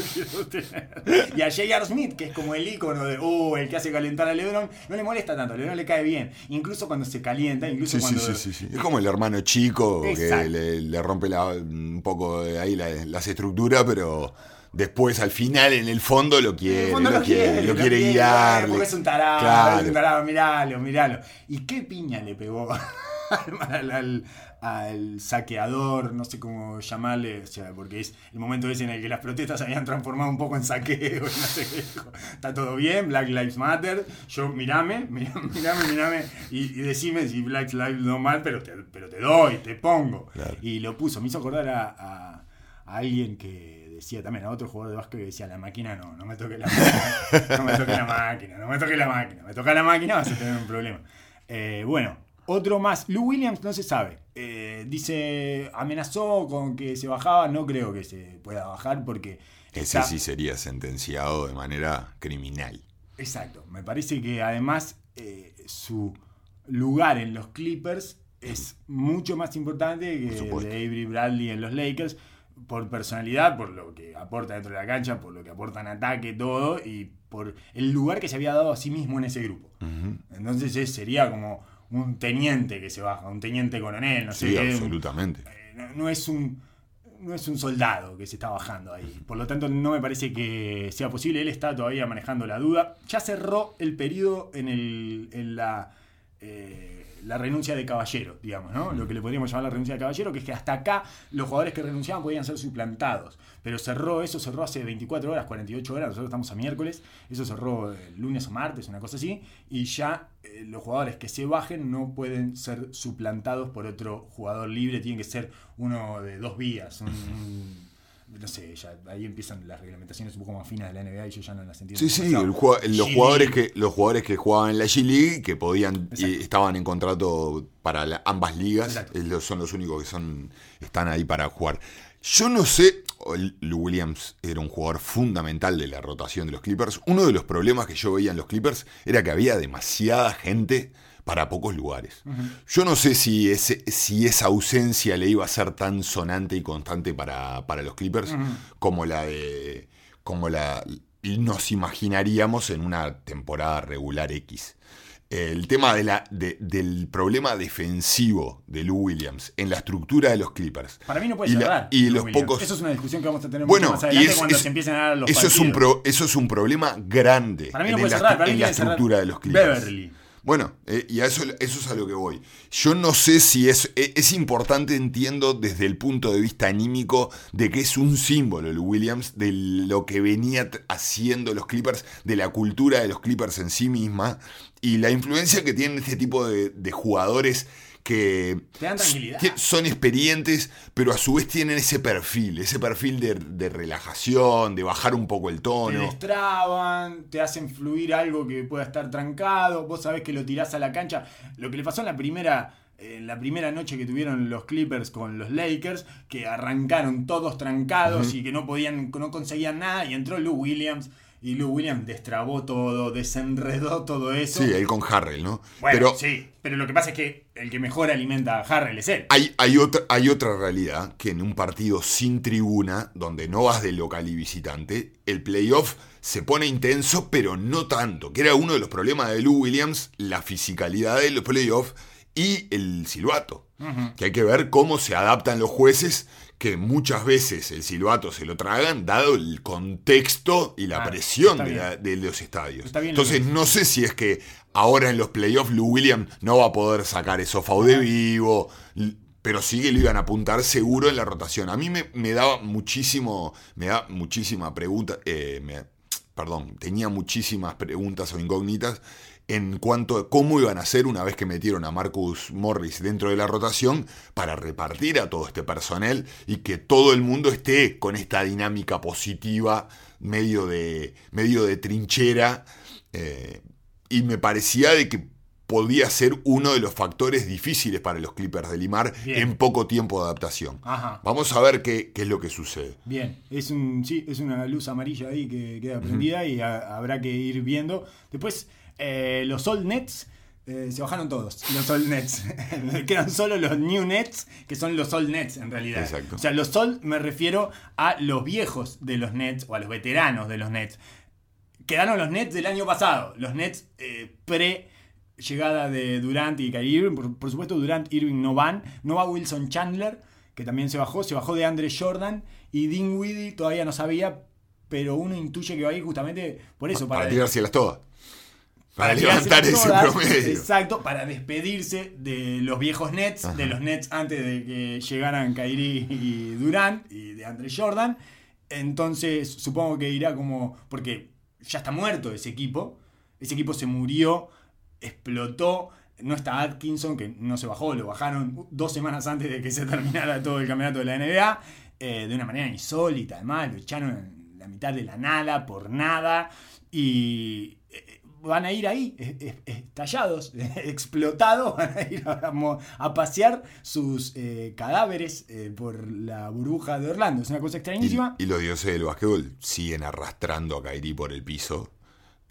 Y a J R. Smith, que es como el ícono de, oh, el que hace calentar a LeBron, no le molesta tanto, a LeBron le cae bien, incluso cuando se calienta, incluso sí, cuando... Sí, sí, sí, sí. Es como el hermano chico Exacto. que le, le rompe la, un poco de ahí la, las estructuras, pero... Después, al final, en el fondo, lo quiere, fondo lo, lo quiere, quiere, lo lo quiere quiere guiar. Porque es un tarado, claro. es un tarado, miralo, miralo. ¿Y qué piña le pegó al, al, al saqueador? No sé cómo llamarle, o sea, porque es el momento ese en el que las protestas se habían transformado un poco en saqueo. No sé qué. Está todo bien, Black Lives Matter. Yo, mirame, mirame, mirame, mirame y, y decime si Black Lives no mal, pero te, pero te doy, te pongo. Claro. Y lo puso, me hizo acordar a, a, a alguien que decía también, a otro jugador de básquet que decía, la máquina no, no me toque la máquina, no me toque la máquina, no me toque la máquina, me toca la máquina, vas a tener un problema. Eh, bueno, otro más, Lou Williams no se sabe, eh, dice, amenazó con que se bajaba, no creo que se pueda bajar porque... Ese está... sí sería sentenciado de manera criminal. Exacto, me parece que además eh, su lugar en los Clippers es mucho más importante que Por el supuesto. de Avery Bradley en los Lakers, por personalidad, por lo que aporta dentro de la cancha, por lo que aporta en ataque, todo, y por el lugar que se había dado a sí mismo en ese grupo. Ujú. Entonces eh, sería como un teniente que se baja, un teniente coronel, no sé Sí, qué. absolutamente. Eh, no, no es un no es un soldado que se está bajando ahí. Por lo tanto, no me parece que sea posible. Él está todavía manejando la duda. Ya cerró el periodo en, el, en la, eh, la renuncia de caballero, digamos, ¿no? Lo que le podríamos llamar la renuncia de caballero, que es que hasta acá los jugadores que renunciaban podían ser suplantados. Pero cerró eso, cerró hace veinticuatro horas, cuarenta y ocho horas. Nosotros estamos a miércoles. Eso cerró el lunes o martes, una cosa así. Y ya eh, los jugadores que se bajen no pueden ser suplantados por otro jugador libre. Tienen que ser uno de dos vías. Un, un, no sé, ya ahí empiezan las reglamentaciones un poco más finas de la N B A y yo ya no las entiendo. Sí, sí, demasiado. el jua- los G jugadores League. que los jugadores que jugaban en la G League, que podían y Exacto. estaban en contrato para la- ambas ligas, Exacto. eh, los- son los únicos que son están ahí para jugar. Yo no sé, Lou Williams era un jugador fundamental de la rotación de los Clippers. Uno de los problemas que yo veía en los Clippers era que había demasiada gente para pocos lugares. Uh-huh. Yo no sé si, ese, si esa ausencia le iba a ser tan sonante y constante para, para los Clippers Uh-huh. como la de como la nos imaginaríamos en una temporada regular X. El tema de la, de, del problema defensivo de Lou Williams en la estructura de los Clippers. Para mí no puede y la- cerrar. y Lou los Williams. pocos Eso es una discusión que vamos a tener bueno, mucho más y adelante es- cuando es- se empiecen a dar los eso partidos. es un pro- eso es un problema grande Para mí no en, puede la, cerrar. Para mí en la tiene que cerrar estructura de los Clippers. Beverly. Bueno, eh, y a eso, eso es a lo que voy. Yo no sé si es, eh, es importante, entiendo, desde el punto de vista anímico, de que es un símbolo el Williams, de lo que venía t- haciendo los Clippers, de la cultura de los Clippers en sí misma, y la influencia que tienen este tipo de, de jugadores que Te dan tranquilidad. que son experientes, pero a su vez tienen ese perfil, ese perfil de, de relajación, de bajar un poco el Te tono. destraban, te hacen fluir algo que pueda estar trancado, vos sabés que lo tirás a la cancha. Lo que le pasó en la primera, en la primera noche que tuvieron los Clippers con los Lakers, que arrancaron todos trancados Ujú. y que no podían, no conseguían nada, y entró Lou Williams, y Lou Williams destrabó todo, desenredó todo eso. Sí, él con Harrell, ¿no? Bueno, pero sí, pero lo que pasa es que el que mejor alimenta a Harrell es él. Hay, hay, otra, hay otra realidad, que en un partido sin tribuna, donde no vas de local y visitante, el playoff se pone intenso, pero no tanto, que era uno de los problemas de Lou Williams, la fisicalidad de los playoffs y el silbato. Ujú. Que hay que ver cómo se adaptan los jueces, que muchas veces el silbato se lo tragan, dado el contexto y la Ah, presión está de, bien. la- de los estadios. Está bien lo Entonces que- no sé si es que ahora en los playoffs Lou Williams no va a poder sacar eso FAU de vivo, l- pero sí que lo iban a apuntar seguro en la rotación. A mí me, me daba muchísimo, me da muchísima pregunta, eh, me- perdón, tenía muchísimas preguntas o incógnitas en cuanto a cómo iban a hacer una vez que metieron a Marcus Morris dentro de la rotación para repartir a todo este personal y que todo el mundo esté con esta dinámica positiva, medio de, medio de trinchera, eh, y me parecía de que podía ser uno de los factores difíciles para los Clippers de limar Bien. en poco tiempo de adaptación. Ajá. Vamos a ver qué, qué es lo que sucede. Bien, es un sí, es una luz amarilla ahí que queda prendida y a- habrá que ir viendo. Después, eh, los Old Nets eh, se bajaron todos, los Old Nets. Quedan solo los New Nets, que son los Old Nets en realidad. Exacto. O sea, los Old me refiero a los viejos de los Nets o a los veteranos de los Nets. Quedaron los Nets del año pasado, los Nets eh, pre llegada de Durant y Kyrie Irving. Por, por supuesto, Durant y Irving no van. No va Wilson Chandler, que también se bajó. Se bajó de Andre Jordan. Y Dinwiddie todavía no sabía, pero uno intuye que va a ir justamente por eso. Para, Para, tirárselas todas. Para, tirárselas levantar ese todas. promedio. Exacto, para despedirse de los viejos Nets, Ajá. de los Nets antes de que llegaran Kyrie y Durant y de Andre Jordan. Entonces, supongo que irá como... Porque ya está muerto ese equipo. Ese equipo se murió, explotó. No está Atkinson, que no se bajó, lo bajaron dos semanas antes de que se terminara todo el campeonato de la N B A, eh, de una manera insólita, además, lo echaron en la mitad de la nada, por nada, y eh, van a ir ahí, eh, eh, estallados, explotados, van a ir a, mo- a pasear sus eh, cadáveres eh, por la burbuja de Orlando. Es una cosa extrañísima. Y, y los dioses del básquetbol siguen arrastrando a Kyrie por el piso.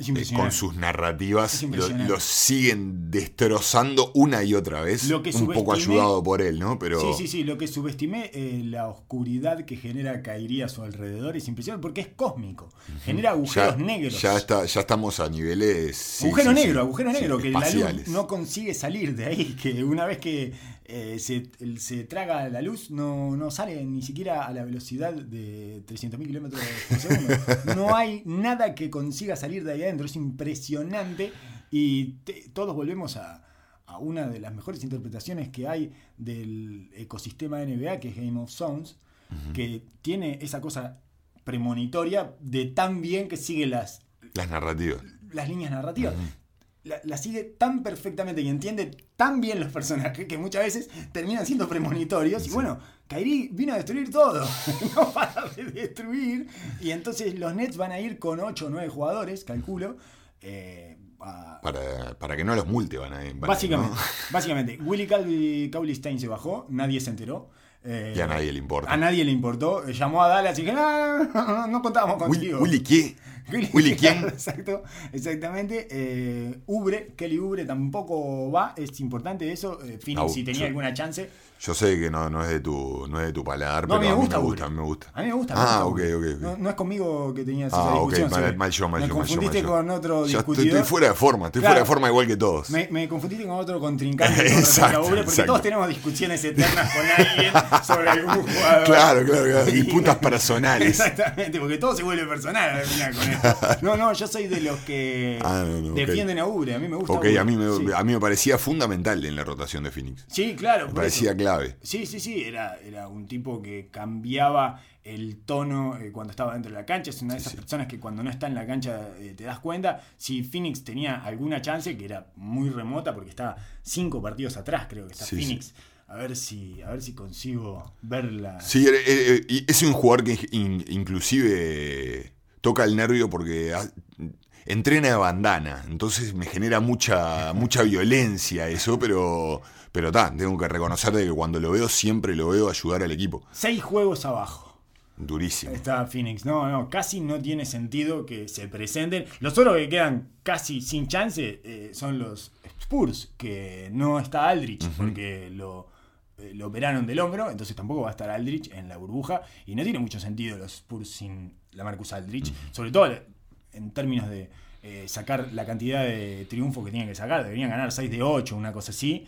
Es eh, impresionante. con sus narrativas Es lo, impresionante. lo siguen destrozando una y otra vez. Lo que un poco subestimé- ayudado por él, ¿no? Pero Sí, sí, sí, lo que subestimé, eh, la oscuridad que genera Kairi a su alrededor es impresionante porque es cósmico. Genera agujeros ya, negros. ya, está, ya estamos a niveles... sí, agujero sí, negro, sí. agujero Sí, negro, que la espaciales. luz no consigue salir de ahí, que una vez que eh, se, el- se traga la luz no, no sale ni siquiera a la velocidad de trescientos mil kilómetros por segundo. No hay nada que consiga salir de ahí adentro, es impresionante y te- todos volvemos a, a una de las mejores interpretaciones que hay del ecosistema N B A, que es Game of Thrones, uh-huh. que tiene esa cosa premonitoria de tan bien que sigue las... Las narrativas. Las líneas narrativas. Uh-huh. La, la sigue tan perfectamente y entiende tan bien los personajes que muchas veces terminan siendo premonitorios. Sí. Y bueno, Kairi vino a destruir todo. No para de destruir. Y entonces los Nets van a ir con ocho o nueve jugadores, calculo. Eh, a... para, para que no los multe van a, van básicamente, a ir, ¿no? básicamente, Willie Cauley-Stein se bajó, nadie se enteró. Eh, y a nadie le importa. A nadie le importó. Llamó a Dallas y dije, no, no, no contábamos contigo. ¿Willy qué? Willy, ¿Willy quién? Exacto, exactamente. Eh, Oubre, Kelly Oubre tampoco va. Es importante eso. Eh, Phoenix, no, si tenía yo, alguna chance. Yo sé que no, no es de tu, no es de tu paladar, no, pero a mí me gusta, a mí me Oubre. gusta, me gusta. A mí me gusta. Ah, me gusta ok, ok, ok. No, no es conmigo que tenías ah, esa discusión. ok, mal, mal yo, mal me yo, mal yo. confundiste mal yo. con otro ya discutidor. Estoy, estoy fuera de forma, estoy claro, fuera de forma igual que todos. Me, me confundiste con otro contrincante con respecto a Oubre, porque exacto. todos tenemos discusiones eternas con alguien sobre algún jugador. Claro, claro, claro. Disputas personales. Exactamente, porque todo se vuelve personal al final con esto. No, no, yo soy de los que ah, no, no, defienden okay. a Oubre. A mí me gusta. Ok, Oubre. a mí, me, sí. a mí me parecía fundamental en la rotación de Phoenix. Sí, claro. Me parecía eso. clave. Sí, sí, sí. Era, era un tipo que cambiaba el tono eh, cuando estaba dentro de la cancha. Es una de esas sí, personas que cuando no está en la cancha eh, te das cuenta. Si Phoenix tenía alguna chance, que era muy remota porque estaba cinco partidos atrás, creo que está sí, Phoenix. Sí. A ver si a ver si consigo verla. Sí, eh, eh, es un jugador que in, inclusive toca el nervio porque ha, entrena de bandana, entonces me genera mucha mucha violencia eso, pero pero ta, tengo que reconocer de que cuando lo veo siempre lo veo ayudar al equipo. Seis juegos abajo. Durísimo. Está Phoenix. No, no, casi no tiene sentido que se presenten. Los otros que quedan casi sin chance eh, son los Spurs, que no está Aldridge, uh-huh. porque lo, eh, lo operaron del hombro, entonces tampoco va a estar Aldridge en la burbuja. Y no tiene mucho sentido los Spurs sin LaMarcus Aldridge, uh-huh. sobre todo en términos de eh, sacar la cantidad de triunfos que tienen que sacar. Deberían ganar seis de ocho, una cosa así.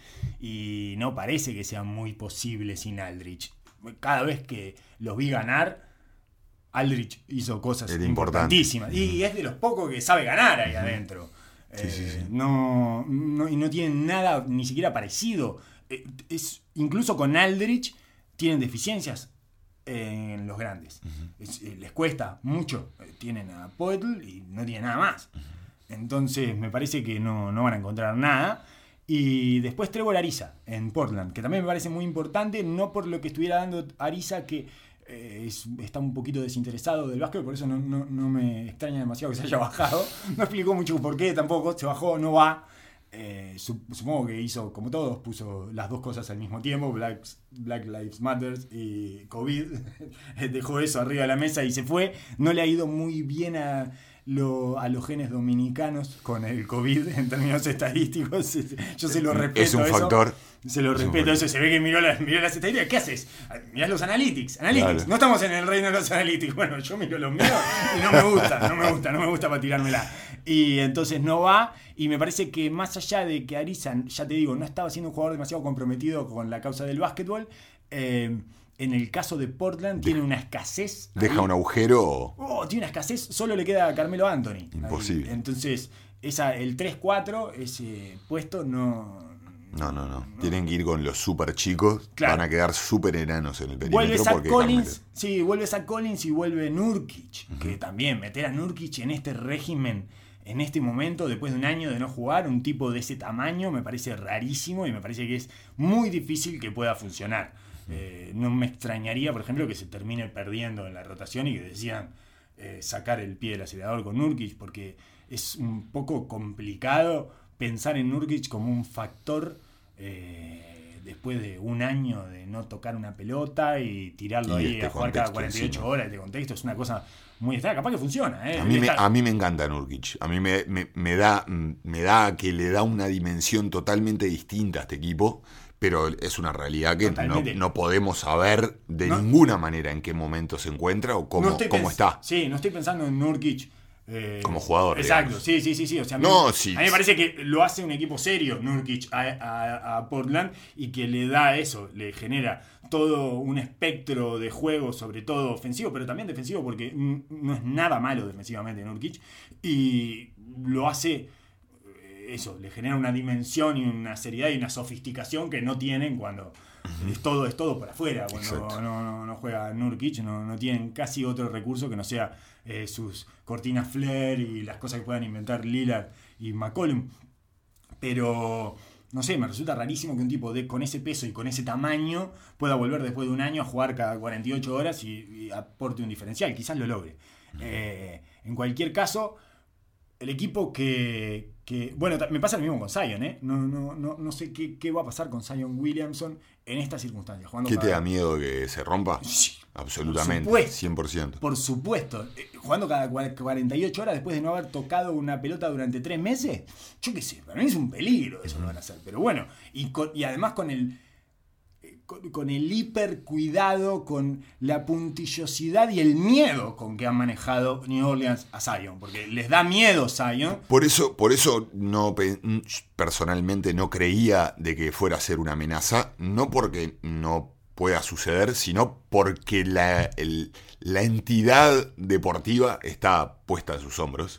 Y no parece que sea muy posible sin Aldridge. Cada vez que los vi ganar, Aldridge hizo cosas Era importantísimas. Importante. Y es de los pocos que sabe ganar ahí adentro. Sí, eh, sí, sí. No, no, y no tienen nada ni siquiera parecido. Eh, es, incluso con Aldridge tienen deficiencias en los grandes. Uh-huh. Es, eh, les cuesta mucho. Eh, tienen a Poeltl y no tienen nada más. Uh-huh. Entonces me parece que no, no van a encontrar nada. Y después Trevor Ariza en Portland, que también me parece muy importante, no por lo que estuviera dando Ariza, que eh, es, está un poquito desinteresado del básquet, por eso no, no, no me extraña demasiado que se haya bajado. No explicó mucho por qué tampoco, se bajó, no va. Eh, supongo que hizo, como todos, puso las dos cosas al mismo tiempo, Black, Black Lives Matter y COVID. Dejó eso arriba de la mesa y se fue. No le ha ido muy bien a... Lo, a los genes dominicanos con el COVID en términos estadísticos. Yo se lo respeto. Es un eso. factor. Se lo es respeto. Eso se ve que miró, la, miró las estadísticas. ¿Qué haces? Mirás los analytics. Analytics. Claro. No estamos en el reino de los analytics. Bueno, yo miro los míos y no me gusta. No me gusta. No me gusta para tirármela. Y entonces no va. Y me parece que más allá de que Ariza, ya te digo, no estaba siendo un jugador demasiado comprometido con la causa del básquetbol. Eh, En el caso de Portland tiene una escasez. Deja ahí. un agujero. Oh, tiene una escasez. Solo le queda a Carmelo Anthony. Imposible. Ahí. Entonces, esa, el tres cuatro, ese puesto no... No, no, no. no. Tienen que ir con los super chicos. Claro. Van a quedar super enanos en el perímetro. Vuelve Zach porque Collins. Carmelo. Sí, vuelve Zach Collins y vuelve Nurkic. Uh-huh. Que también meter a Nurkic en este régimen, en este momento, después de un año de no jugar, un tipo de ese tamaño, me parece rarísimo y me parece que es muy difícil que pueda funcionar. Eh, no me extrañaría, por ejemplo, que se termine perdiendo en la rotación y que decidan eh, sacar el pie del acelerador con Nurkic, porque es un poco complicado pensar en Nurkic como un factor eh, después de un año de no tocar una pelota y tirarlo Y ahí este a jugar cada contexto cuarenta y ocho encima. horas, este contexto es una cosa muy extraña. Capaz que funciona, ¿eh? A mí, me, Está- a mí me encanta Nurkic. A mí me, me, me da, me da que le da una dimensión totalmente distinta a este equipo, pero es una realidad que no, Totalmente. no podemos saber de No. ninguna manera en qué momento se encuentra o cómo, no estoy cómo pens- está. Sí, no estoy pensando en Nurkic. eh, Como jugador, Exacto, digamos. sí, sí, sí, sí. O sea, a mí, No, sí. a mí me parece que lo hace un equipo serio, Nurkic, a, a- a Portland, y que le da eso, le genera todo un espectro de juego, sobre todo ofensivo, pero también defensivo, porque mm, no es nada malo defensivamente Nurkic, y lo hace, eh, eso, le genera una dimensión y una seriedad y una sofisticación que no tienen cuando es todo, es todo por afuera, cuando Exacto. no, no, no juega Nurkic, no, no tienen casi otro recurso que no sea eh, sus cortinas flare y las cosas que puedan inventar Lillard y McCollum. Pero no sé, me resulta rarísimo que un tipo de con ese peso y con ese tamaño pueda volver después de un año a jugar cada cuarenta y ocho horas y, y aporte un diferencial. Quizás lo logre. Eh, en cualquier caso, el equipo que, que bueno, ta- me pasa lo mismo con Zion, ¿eh? No, no, no, no sé qué, qué va a pasar con Zion Williamson en estas circunstancias. Jugando ¿Qué te cada- da miedo que se rompa? Sí, Absolutamente, por supuesto. cien por ciento. Por supuesto, eh, jugando cada cua- cuarenta y ocho horas después de no haber tocado una pelota durante tres meses, yo qué sé, para mí es un peligro eso lo van a hacer. Pero bueno, y, con- y además con el eh, con, con el hiper cuidado, con la puntillosidad y el miedo con que han manejado New Orleans a Zion, porque les da miedo Zion. Por eso, por eso no pe- personalmente no creía de que fuera a ser una amenaza, no porque no pueda suceder, sino porque la, el- la entidad deportiva está puesta en sus hombros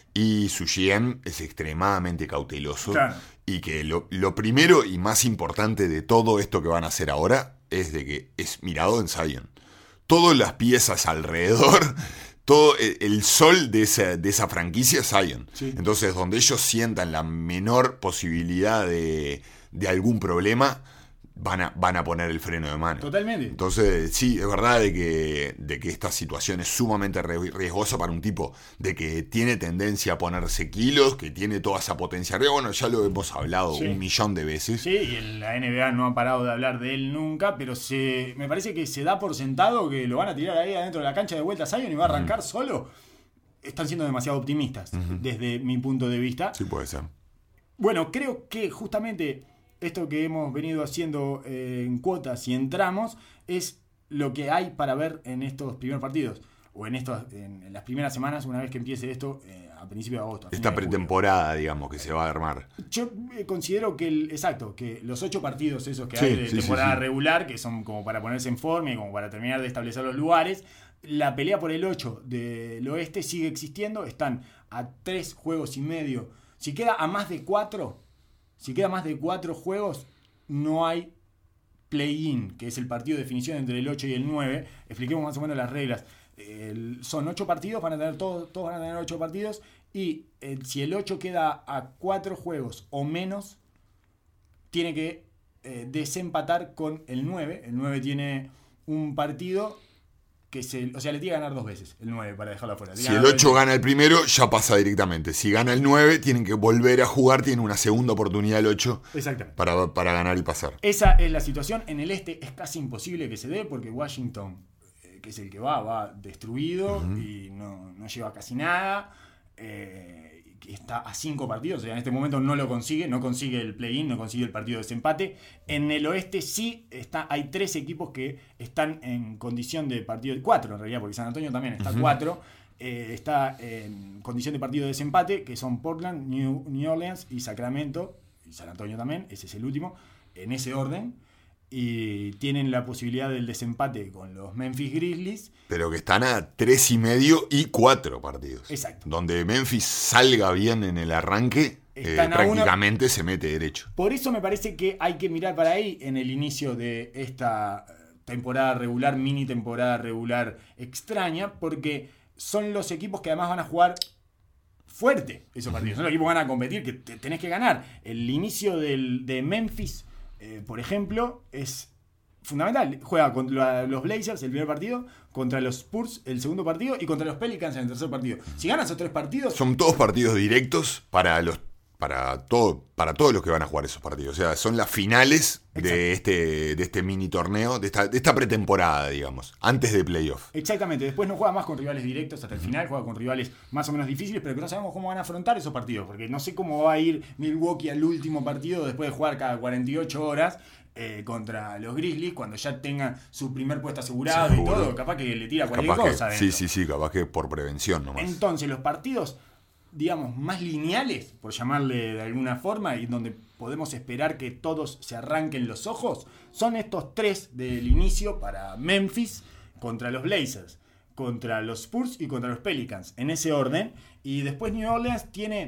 y su G M es extremadamente cauteloso. Claro. Y que lo, lo primero y más importante de todo esto que van a hacer ahora es de que es mirado en Zion. Todas las piezas alrededor, todo el, el sol de esa, de esa franquicia es Zion. Sí. Entonces, donde ellos sientan la menor posibilidad de, de algún problema, van a, van a poner el freno de mano. Totalmente. Entonces, sí, es verdad de que, de que esta situación es sumamente re- riesgosa para un tipo de que tiene tendencia a ponerse kilos, que tiene toda esa potencia arriba. Bueno, ya lo hemos hablado Sí. un millón de veces. Sí, y en la N B A no ha parado de hablar de él nunca, pero se, me parece que se da por sentado que lo van a tirar ahí adentro de la cancha de vuelta a Zion y va a arrancar solo. Están siendo demasiado optimistas, desde mi punto de vista. Sí, puede ser. Bueno, creo que justamente esto que hemos venido haciendo eh, en cuotas y en tramos es lo que hay para ver en estos primeros partidos. O en, estos, en, en las primeras semanas, una vez que empiece esto eh, a principios de agosto. a fines Esta de julio. pretemporada, digamos, que se va a armar. Yo eh, considero que, el, exacto, que los ocho partidos esos que Sí, hay de sí, temporada sí, sí. regular, que son como para ponerse en forma y como para terminar de establecer los lugares, la pelea por el ocho del oeste sigue existiendo, están a tres juegos y medio. Si queda a más de cuatro, si queda más de cuatro juegos, no hay play-in, que es el partido de definición entre el ocho y el nueve. Expliquemos más o menos las reglas. El- son ocho partidos, van a tener todos, todos van a tener ocho partidos, y eh, si el ocho queda a cuatro juegos o menos, tiene que eh, desempatar con el nueve. El nueve tiene un partido que se, o sea, le tiene que ganar dos veces el nueve para dejarlo afuera. Si el ocho gana el primero, ya pasa directamente. Si gana el nueve, tienen que volver a jugar, tienen una segunda oportunidad el ocho Exactamente. para, para ganar y pasar. Esa es la situación. En el este es casi imposible que se dé porque Washington, eh, que es el que va, va destruido y no, no lleva casi nada. Eh, que está a cinco partidos, o sea, en este momento no lo consigue, no consigue el play-in, no consigue el partido de desempate. En el oeste sí está, hay tres equipos que están en condición de partido, cuatro en realidad, porque San Antonio también está cuatro, eh, está en condición de partido de desempate, que son Portland, New, New Orleans y Sacramento, y San Antonio también, ese es el último, en ese orden. Y tienen la posibilidad del desempate con los Memphis Grizzlies. Pero que están a tres y medio y cuatro partidos. Exacto. Donde Memphis salga bien en el arranque, eh, Están a prácticamente se mete derecho. Por eso me parece que hay que mirar para ahí en el inicio de esta temporada regular, mini temporada regular extraña, porque son los equipos que además van a jugar fuerte esos partidos. Son los equipos que van a competir, que te- tenés que ganar. El inicio del, de Memphis, eh, por ejemplo, es fundamental. Juega contra los Blazers el primer partido, contra los Spurs el segundo partido y contra los Pelicans en el tercer partido. Si ganas esos tres partidos, Son todos partidos directos para los para todo, para todos los que van a jugar esos partidos. O sea, son las finales de este, de este mini torneo, de esta, de esta pretemporada, digamos, antes de playoff. Exactamente, después no juega más con rivales directos hasta el Uh-huh. final, juega con rivales más o menos difíciles, pero que no sabemos cómo van a afrontar esos partidos, porque no sé cómo va a ir Milwaukee al último partido después de jugar cada cuarenta y ocho horas eh, contra los Grizzlies, cuando ya tengan su primer puesto asegurado Seguro. y todo, capaz que le tira cualquier Capaz cosa que, adentro. sí, sí, sí, capaz que por prevención nomás. Entonces, los partidos, digamos, más lineales, por llamarle de alguna forma, y donde podemos esperar que todos se arranquen los ojos, son estos tres del inicio para Memphis contra los Blazers, contra los Spurs y contra los Pelicans, en ese orden. Y después New Orleans tiene,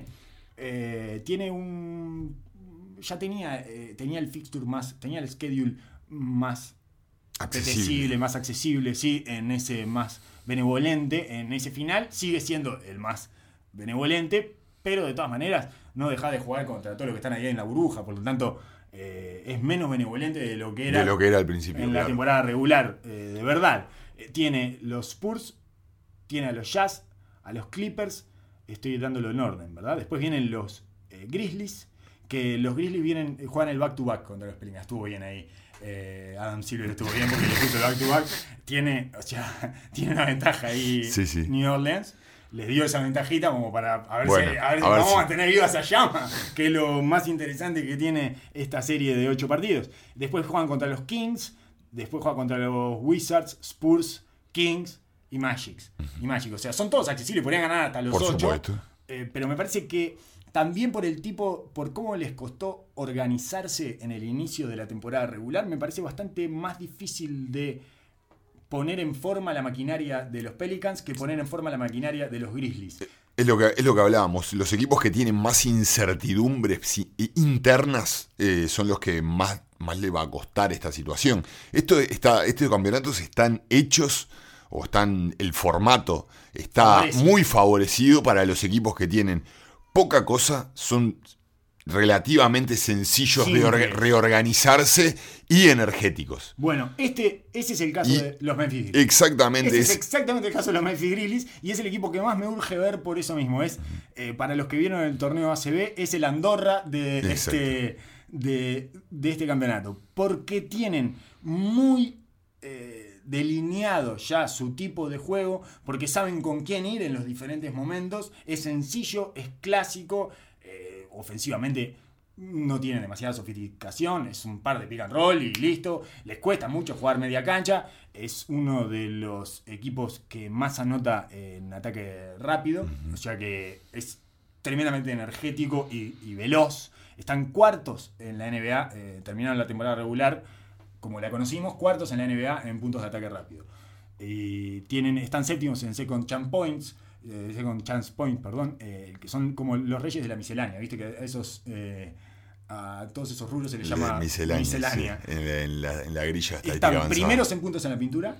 eh, tiene un... ya tenía, eh, tenía el fixture más, tenía el schedule más Accesible. apetecible, más accesible, sí, en ese más benevolente, en ese final, sigue siendo el más benevolente, pero de todas maneras no deja de jugar contra todos los que están ahí en la burbuja, por lo tanto eh, es menos benevolente de lo que era, De lo que era al principio. en la claro. temporada regular, eh, de verdad. Eh, tiene los Spurs, tiene a los Jazz, a los Clippers, estoy dándolo en orden, ¿verdad? Después vienen los eh, Grizzlies, que los Grizzlies vienen, juegan el back-to-back contra los Pelicans, estuvo bien ahí. Eh, Adam Silver estuvo bien porque le puso el back-to-back. Tiene, o sea, tiene una ventaja ahí Sí, sí. New Orleans. Les dio esa ventajita como para a ver Bueno, si, a ver si a ver vamos si- a tener viva esa llama, que es lo más interesante que tiene esta serie de ocho partidos. Después juegan contra los Kings, después juegan contra los Wizards, Spurs, Kings y Magic. Y Magic, o sea, son todos accesibles, podrían ganar hasta los Por ocho. supuesto. Eh, pero me parece que también por el tipo, por cómo les costó organizarse en el inicio de la temporada regular, me parece bastante más difícil de poner en forma la maquinaria de los Pelicans que poner en forma la maquinaria de los Grizzlies. Es lo que, es lo que hablábamos. Los equipos que tienen más incertidumbres si- internas eh, son los que más, más le va a costar esta situación. Esto está, estos campeonatos están hechos, o están, el formato está Favorecido. muy favorecido para los equipos que tienen poca cosa, son relativamente sencillos de orga- Simples. reorganizarse y energéticos. Bueno, este, ese es el caso Y- de los Memphis Grizzlies. Exactamente. Ese es es- exactamente el caso de los Memphis Grizzlies y es el equipo que más me urge ver por eso mismo. Es eh, para los que vieron el torneo A C B, es el Andorra de Exacto. este, de, de este campeonato. Porque tienen muy eh, delineado ya su tipo de juego, porque saben con quién ir en los diferentes momentos. Es sencillo, es clásico, eh, ofensivamente no tienen demasiada sofisticación, es un par de pick and roll y listo. Les cuesta mucho jugar media cancha. Es uno de los equipos que más anota en ataque rápido, uh-huh. O sea que es tremendamente energético y, y veloz. Están cuartos en la N B A, eh, terminaron la temporada regular como la conocimos, cuartos en la N B A en puntos de ataque rápido. Y tienen, están séptimos en second chance points, eh, second chance point, perdón, eh, que son como los reyes de la miscelánea, viste que a esos eh, a todos esos rubros se les llama miscelánea. miscelánea. Sí, en, la, en, la, en la grilla estadística Están avanzada. primeros en puntos en la pintura,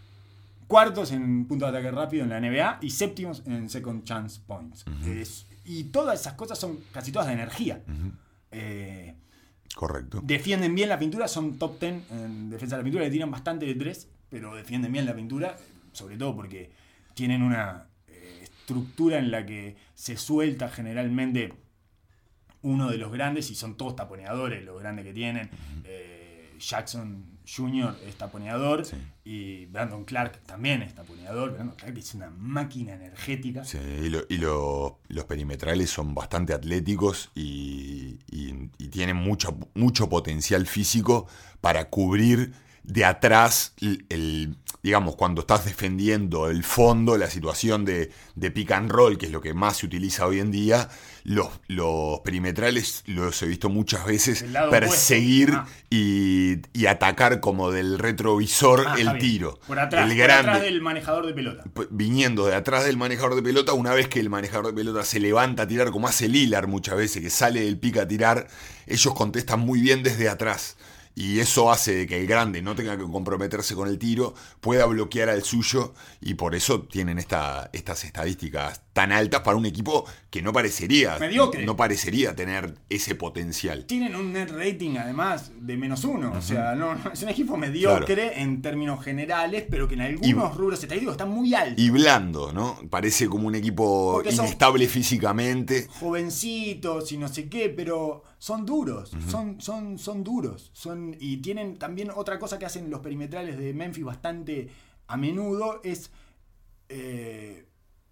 cuartos en puntos de ataque rápido en la N B A y séptimos en second chance points. Uh-huh. Es, y todas esas cosas son casi todas de energía. Uh-huh. Eh, Correcto. Defienden bien la pintura, son top diez en defensa de la pintura, le tiran bastante de tres, pero defienden bien la pintura, sobre todo porque tienen una eh, estructura en la que se suelta generalmente uno de los grandes y son todos taponeadores los grandes que tienen. Uh-huh. eh, Jackson junior es taponeador, sí. Y Brandon Clark también es taponeador. Brandon Clark es una máquina energética. Sí, y, lo, y lo, los perimetrales son bastante atléticos y, y, y tienen mucho, mucho potencial físico para cubrir de atrás el, el, digamos, cuando estás defendiendo el fondo, la situación de, de pick and roll, que es lo que más se utiliza hoy en día. Los, los perimetrales los he visto muchas veces perseguir ah. y, y atacar como del retrovisor ah, el tiro. Por atrás, el por grande, atrás del manejador de pelota. Viniendo de atrás del manejador de pelota, una vez que el manejador de pelota se levanta a tirar, como hace Lillard muchas veces, que sale del pick a tirar, ellos contestan muy bien desde atrás. Y eso hace que el grande no tenga que comprometerse con el tiro, pueda bloquear al suyo, y por eso tienen esta, estas estadísticas tan altas para un equipo que no parecería, mediocre. No parecería tener ese potencial. Tienen un net rating además de menos uno. Uh-huh. O sea, no, es un equipo mediocre claro. en términos generales, pero que en algunos y, rubros estadísticos está muy alto. Y blando, ¿no? Parece como un equipo porque inestable físicamente. Jovencitos y no sé qué, pero son duros. Uh-huh. Son, son, son duros. Son, y tienen también otra cosa que hacen los perimetrales de Memphis bastante a menudo es eh,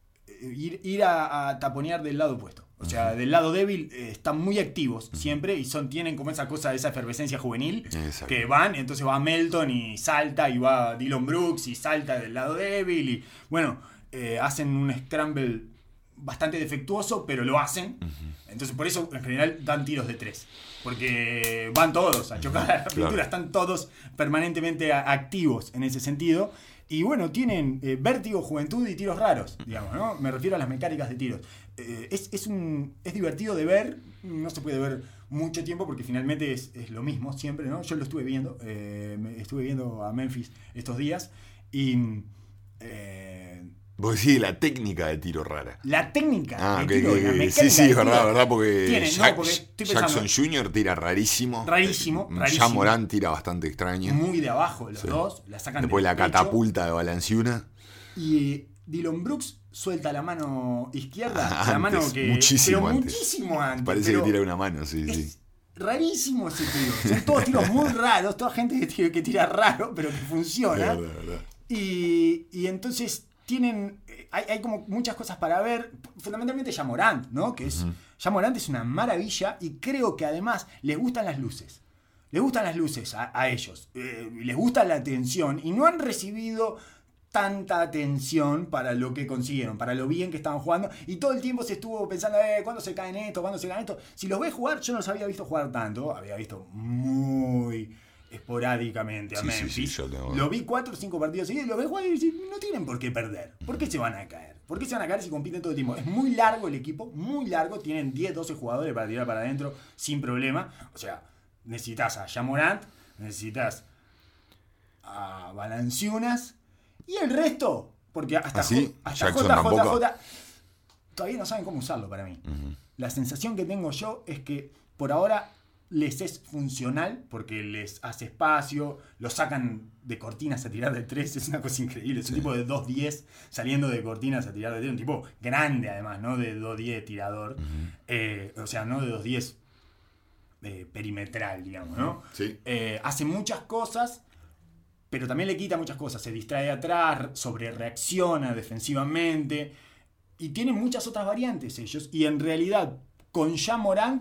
ir, ir a, a taponear del lado opuesto. O sea, del lado débil eh, están muy activos siempre y son tienen como esa cosa, esa efervescencia juvenil. Exacto. Que van, entonces va Melton y salta y va Dillon Brooks y salta del lado débil y bueno, eh, hacen un scramble bastante defectuoso, pero lo hacen. Uh-huh. Entonces por eso en general dan tiros de tres. Porque van todos a chocar a la pintura, claro. Están todos permanentemente a- activos en ese sentido. Y bueno, tienen eh, vértigo, juventud y tiros raros, digamos, ¿no? Me refiero a las mecánicas de tiros. Eh, es, es, un, es divertido de ver, no se puede ver mucho tiempo porque finalmente es, es lo mismo siempre, ¿no? Yo lo estuve viendo, eh, me estuve viendo a Memphis estos días y... Eh, Vos decís la técnica de tiro rara. La técnica ah, de que, tiro, que, la mecánica sí, sí, es verdad, tiro, verdad, porque, tiene, Jack, no, porque Jackson junior tira rarísimo. Rarísimo, eh, rarísimo. Ja Morant tira bastante extraño. Muy de abajo los sí. dos, la sacan después la pecho. catapulta de Valanciunas. Y Dillon Brooks suelta la mano izquierda, ah, la antes, mano que muchísimo pero antes. muchísimo antes. Parece que tira una mano, sí, es sí. Rarísimo ese tiro. Son todos tiros muy raros, toda gente que tira, que tira raro, pero que funciona. Verdad, verdad. Y, y entonces tienen hay, hay como muchas cosas para ver, fundamentalmente Ja Morant, ¿no? Que es uh-huh. Ja Morant es una maravilla y creo que además les gustan las luces. Les gustan las luces a, a ellos. Eh, les gusta la atención y no han recibido tanta atención para lo que consiguieron, para lo bien que estaban jugando, y todo el tiempo se estuvo pensando, eh, ¿cuándo se caen esto? ¿Cuándo se caen esto? Si los ves jugar, yo no los había visto jugar tanto, había visto muy esporádicamente a sí, Memphis. Sí, sí, tengo... Lo vi cuatro o cinco partidos seguidos y lo ves jugar y dices, no tienen por qué perder. ¿Por qué se van a caer? ¿Por qué se van a caer si compiten todo el tiempo? Es muy largo el equipo, muy largo, tienen diez, doce jugadores para tirar para adentro sin problema. O sea, necesitas a Ja Morant, necesitas a Valanciunas y el resto, porque hasta, ¿Ah, hasta J J J todavía no saben cómo usarlo para mí. Uh-huh. La sensación que tengo yo es que por ahora les es funcional porque les hace espacio, lo sacan de cortinas a tirar de tres, es una cosa increíble. Es un sí. tipo de dos diez saliendo de cortinas a tirar de tres, un tipo grande además, no de dos diez tirador, uh-huh. eh, o sea, no de dos diez eh, perimetral, digamos, ¿no? Sí. Eh, hace muchas cosas, pero también le quita muchas cosas, se distrae atrás, sobre reacciona defensivamente y tiene muchas otras variantes ellos, y en realidad con Ja Morant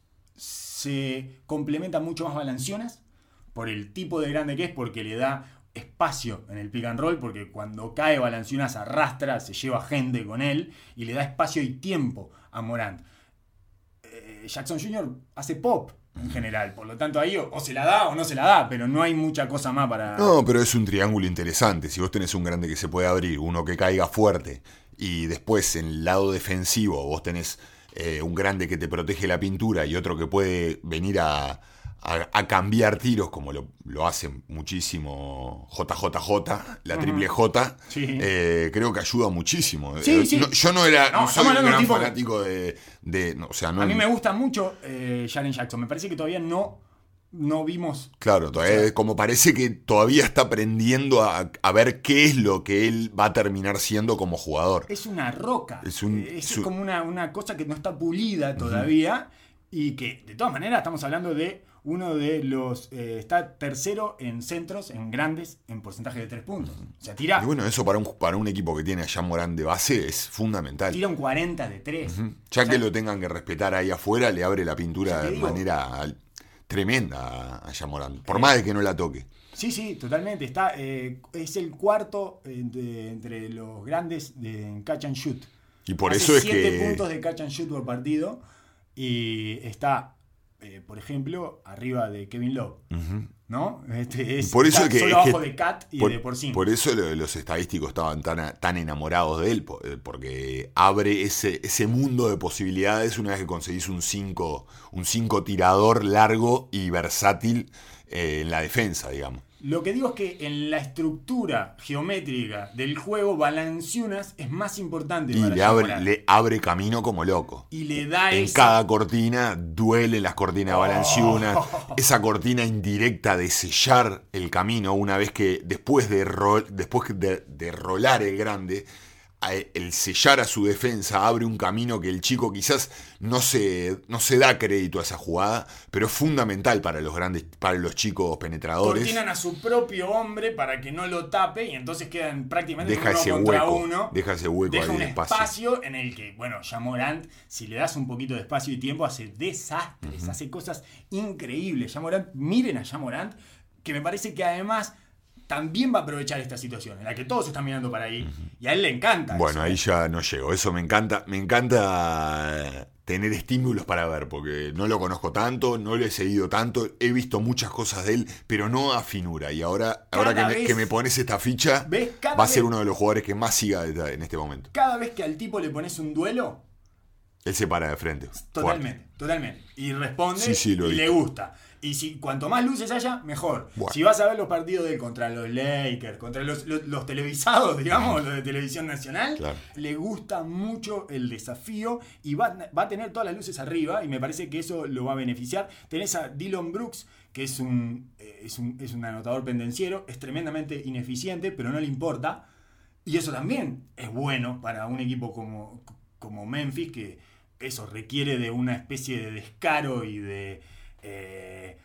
se complementa mucho más Valanciunas por el tipo de grande que es, porque le da espacio en el pick and roll, porque cuando cae Valanciunas arrastra, se lleva gente con él y le da espacio y tiempo a Morant. Eh, Jackson junior hace pop en general, por lo tanto ahí o, o se la da o no se la da, pero no hay mucha cosa más para... No, pero es un triángulo interesante. Si vos tenés un grande que se puede abrir, uno que caiga fuerte, y después en el lado defensivo vos tenés eh, un grande que te protege la pintura y otro que puede venir a, a, a cambiar tiros, como lo, lo hace muchísimo J J J, la uh-huh. triple J, sí. eh, creo que ayuda muchísimo. Sí, eh, sí. No, yo no era no, no soy un gran tipo fanático de... de no, o sea, no, a mí me gusta mucho eh, Jaren Jackson, me parece que todavía no... No vimos... Claro, todavía, o sea, como parece que todavía está aprendiendo a, a ver qué es lo que él va a terminar siendo como jugador. Es una roca. Es, un, es su... como una, una cosa que no está pulida todavía. Uh-huh. Y que, de todas maneras, estamos hablando de uno de los... Eh, está tercero en centros, en grandes, en porcentaje de tres puntos. Uh-huh. O sea, tira... Y bueno, eso para un, para un equipo que tiene a Ja Morant de base es fundamental. Tira un cuarenta de tres. Uh-huh. Ya o sea, que lo tengan que respetar ahí afuera, le abre la pintura de digo, manera... tremenda a Ja Morant, por eh, más de que no la toque. Sí, sí, totalmente. Está, eh, es el cuarto eh, de, entre los grandes de, en catch and shoot. Y por Hace eso es siete que... puntos de catch and shoot por partido. Y está, eh, por ejemplo, arriba de Kevin Love. Uh-huh. ¿No? Este es, por eso es que, solo es abajo que, de Cat y por, de Porzingis. Por eso los estadísticos estaban tan, tan enamorados de él, porque abre ese, ese mundo de posibilidades una vez que conseguís un cinco un cinco tirador largo y versátil eh, en la defensa, digamos. Lo que digo es que en la estructura geométrica del juego, Valanciunas es más importante Y para le abre, Morant. le abre camino como loco. Y le da En esa... cada cortina duelen las cortinas de Valanciunas. Oh. Esa cortina indirecta de sellar el camino una vez que después de, ro- después de, de rolar el grande, el sellar a su defensa abre un camino que el chico quizás no se, no se da crédito a esa jugada, pero es fundamental para los grandes, para los chicos penetradores. Cortinan a su propio hombre para que no lo tape y entonces quedan prácticamente Deja uno ese contra hueco, uno. deja ese hueco Deja ahí un de espacio. espacio en el que, bueno, ya Morant, si le das un poquito de espacio y tiempo, hace desastres, uh-huh. hace cosas increíbles. Ya Morant, miren a Ya Morant, que me parece que además también va a aprovechar esta situación en la que todos están mirando para ahí uh-huh. y a él le encanta. Bueno, eso, ahí ¿eh? ya no llego. Eso me encanta. Me encanta tener estímulos para ver, porque no lo conozco tanto, no lo he seguido tanto, he visto muchas cosas de él, pero no a finura. Y ahora, ahora que, me, que me pones esta ficha, ¿ves? Cada va a ser vez, uno de los jugadores que más siga en este momento. Cada vez que al tipo le pones un duelo, él se para de frente. Totalmente, fuerte. totalmente. Y responde sí, sí, y visto. le gusta. Y si cuanto más luces haya, mejor. Bueno. Si vas a ver los partidos de él contra los Lakers, contra los, los, los televisados, digamos, los de televisión nacional, claro. le gusta mucho el desafío y va, va a tener todas las luces arriba y me parece que eso lo va a beneficiar. Tenés a Dillon Brooks, que es un, eh, es un, es un anotador pendenciero, es tremendamente ineficiente, pero no le importa. Y eso también es bueno para un equipo como, como Memphis, que eso requiere de una especie de descaro y de... Eh,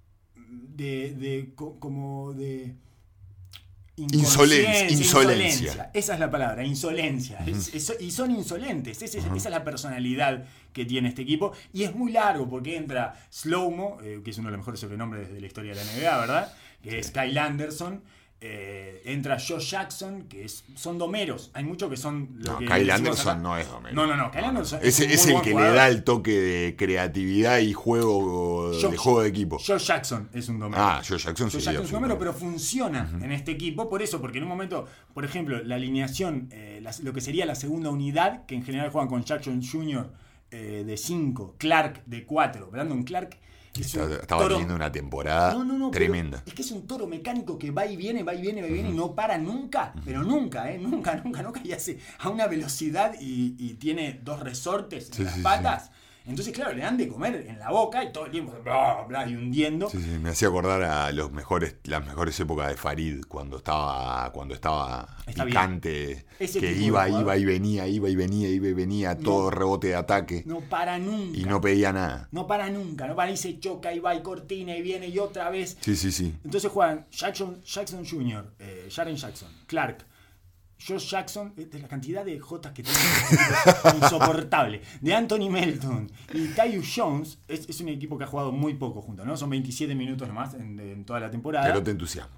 de, de co, como de insolencia, insolencia. insolencia. Esa es la palabra, insolencia. Uh-huh. es, es, y son insolentes. Es, es, uh-huh. Esa es la personalidad que tiene este equipo. Y es muy largo porque entra Slow-Mo, eh, que es uno de los mejores sobrenombres de la historia de la N B A, ¿verdad? Que sí. es Kyle Anderson. Eh, entra Josh Jackson, que es, son domeros. Hay muchos que son... Lo no, que Kyle Anderson acá. No es domero. No, no, no. Kyle Anderson es, es, es el que jugador. Le da el toque de creatividad y juego Josh, de juego de equipo. Josh Jackson es un domero. Ah, Josh Jackson Josh sí. Jackson es un domero, pero funciona uh-huh. en este equipo. Por eso, porque en un momento, por ejemplo, la alineación, eh, la, lo que sería la segunda unidad, que en general juegan con Jackson junior eh, de cinco, Clark de cuatro, Brandon Clark. Está, estaba teniendo una temporada no, no, no, tremenda. Es que es un toro mecánico que va y viene, va y viene, va y viene uh-huh. y no para nunca, uh-huh. pero nunca, ¿eh? Nunca, nunca, nunca. Y hace a una velocidad y, y tiene dos resortes en sí, las sí, patas. Sí. Entonces, claro, le dan de comer en la boca y todo el tiempo bla, bla, y hundiendo. Sí, sí, me hacía acordar a los mejores, las mejores épocas de Farid, cuando estaba, cuando estaba Está picante, que iba, iba y venía, iba y venía, iba y venía, no, todo rebote de ataque. No para nunca. Y no pedía nada. No para nunca, no para y se choca y va y cortina y viene y otra vez. Sí, sí, sí. Entonces juegan Jackson, Jackson junior, eh, Jaren Jackson, Clark, Josh Jackson, de la cantidad de Jotas que tiene, insoportable. De Anthony Melton y Tyus Jones, es, es un equipo que ha jugado muy poco juntos, ¿no? Son veintisiete minutos nomás en, en toda la temporada. Pero te entusiasma.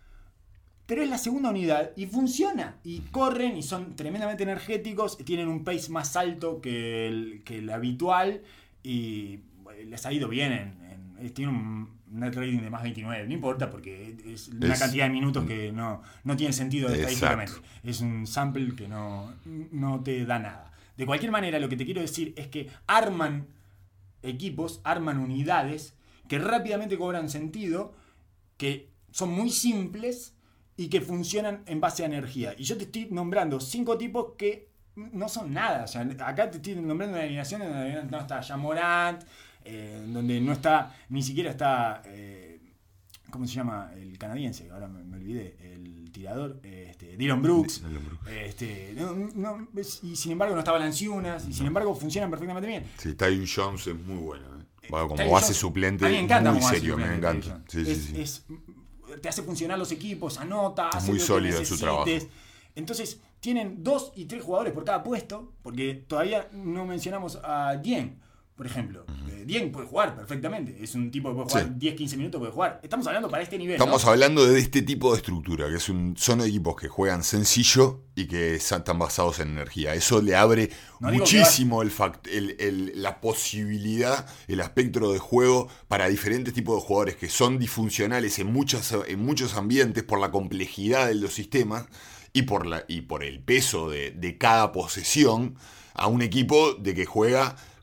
Pero es la segunda unidad y funciona. Y corren y son tremendamente energéticos, tienen un pace más alto que el, que el habitual y les ha ido bien. En, en, tienen un net rating de más veintinueve, no importa porque es una es, cantidad de minutos que no, no tiene sentido estadísticamente. Es un sample que no, no te da nada. De cualquier manera, lo que te quiero decir es que arman equipos, arman unidades que rápidamente cobran sentido, que son muy simples y que funcionan en base a energía. Y yo te estoy nombrando cinco tipos que no son nada. O sea, acá te estoy nombrando una alineación en donde no está Ja Morant, eh, donde no está, ni siquiera está, eh, ¿cómo se llama? El canadiense, ahora me, me olvidé, el tirador, este, Dillon Brooks. Dillon Brooks. Este, no, no, y sin embargo no está Valanciunas, y sin embargo funcionan perfectamente bien. Sí, Tyus Jones es muy bueno. ¿eh? Como Tyus base Jones, suplente, a mí me encanta muy como serio, suplente, me encanta. Sí, es, sí, sí. Es, te hace funcionar los equipos, anota, hace muy lo sólido que en su trabajo. Entonces, tienen dos y tres jugadores por cada puesto, porque todavía no mencionamos a Dieng, por ejemplo. Uh-huh. Eh, Dieng puede jugar perfectamente, es un tipo que puede jugar sí. diez, quince minutos, puede jugar. Estamos hablando para este nivel. Estamos ¿no? hablando de este tipo de estructura, que es un, son equipos que juegan sencillo y que están basados en energía. Eso le abre no muchísimo el fact, el, el, la posibilidad, el espectro de juego para diferentes tipos de jugadores que son disfuncionales en, muchas, en muchos ambientes por la complejidad de los sistemas y por, la, y por el peso de, de cada posesión a un equipo de que juega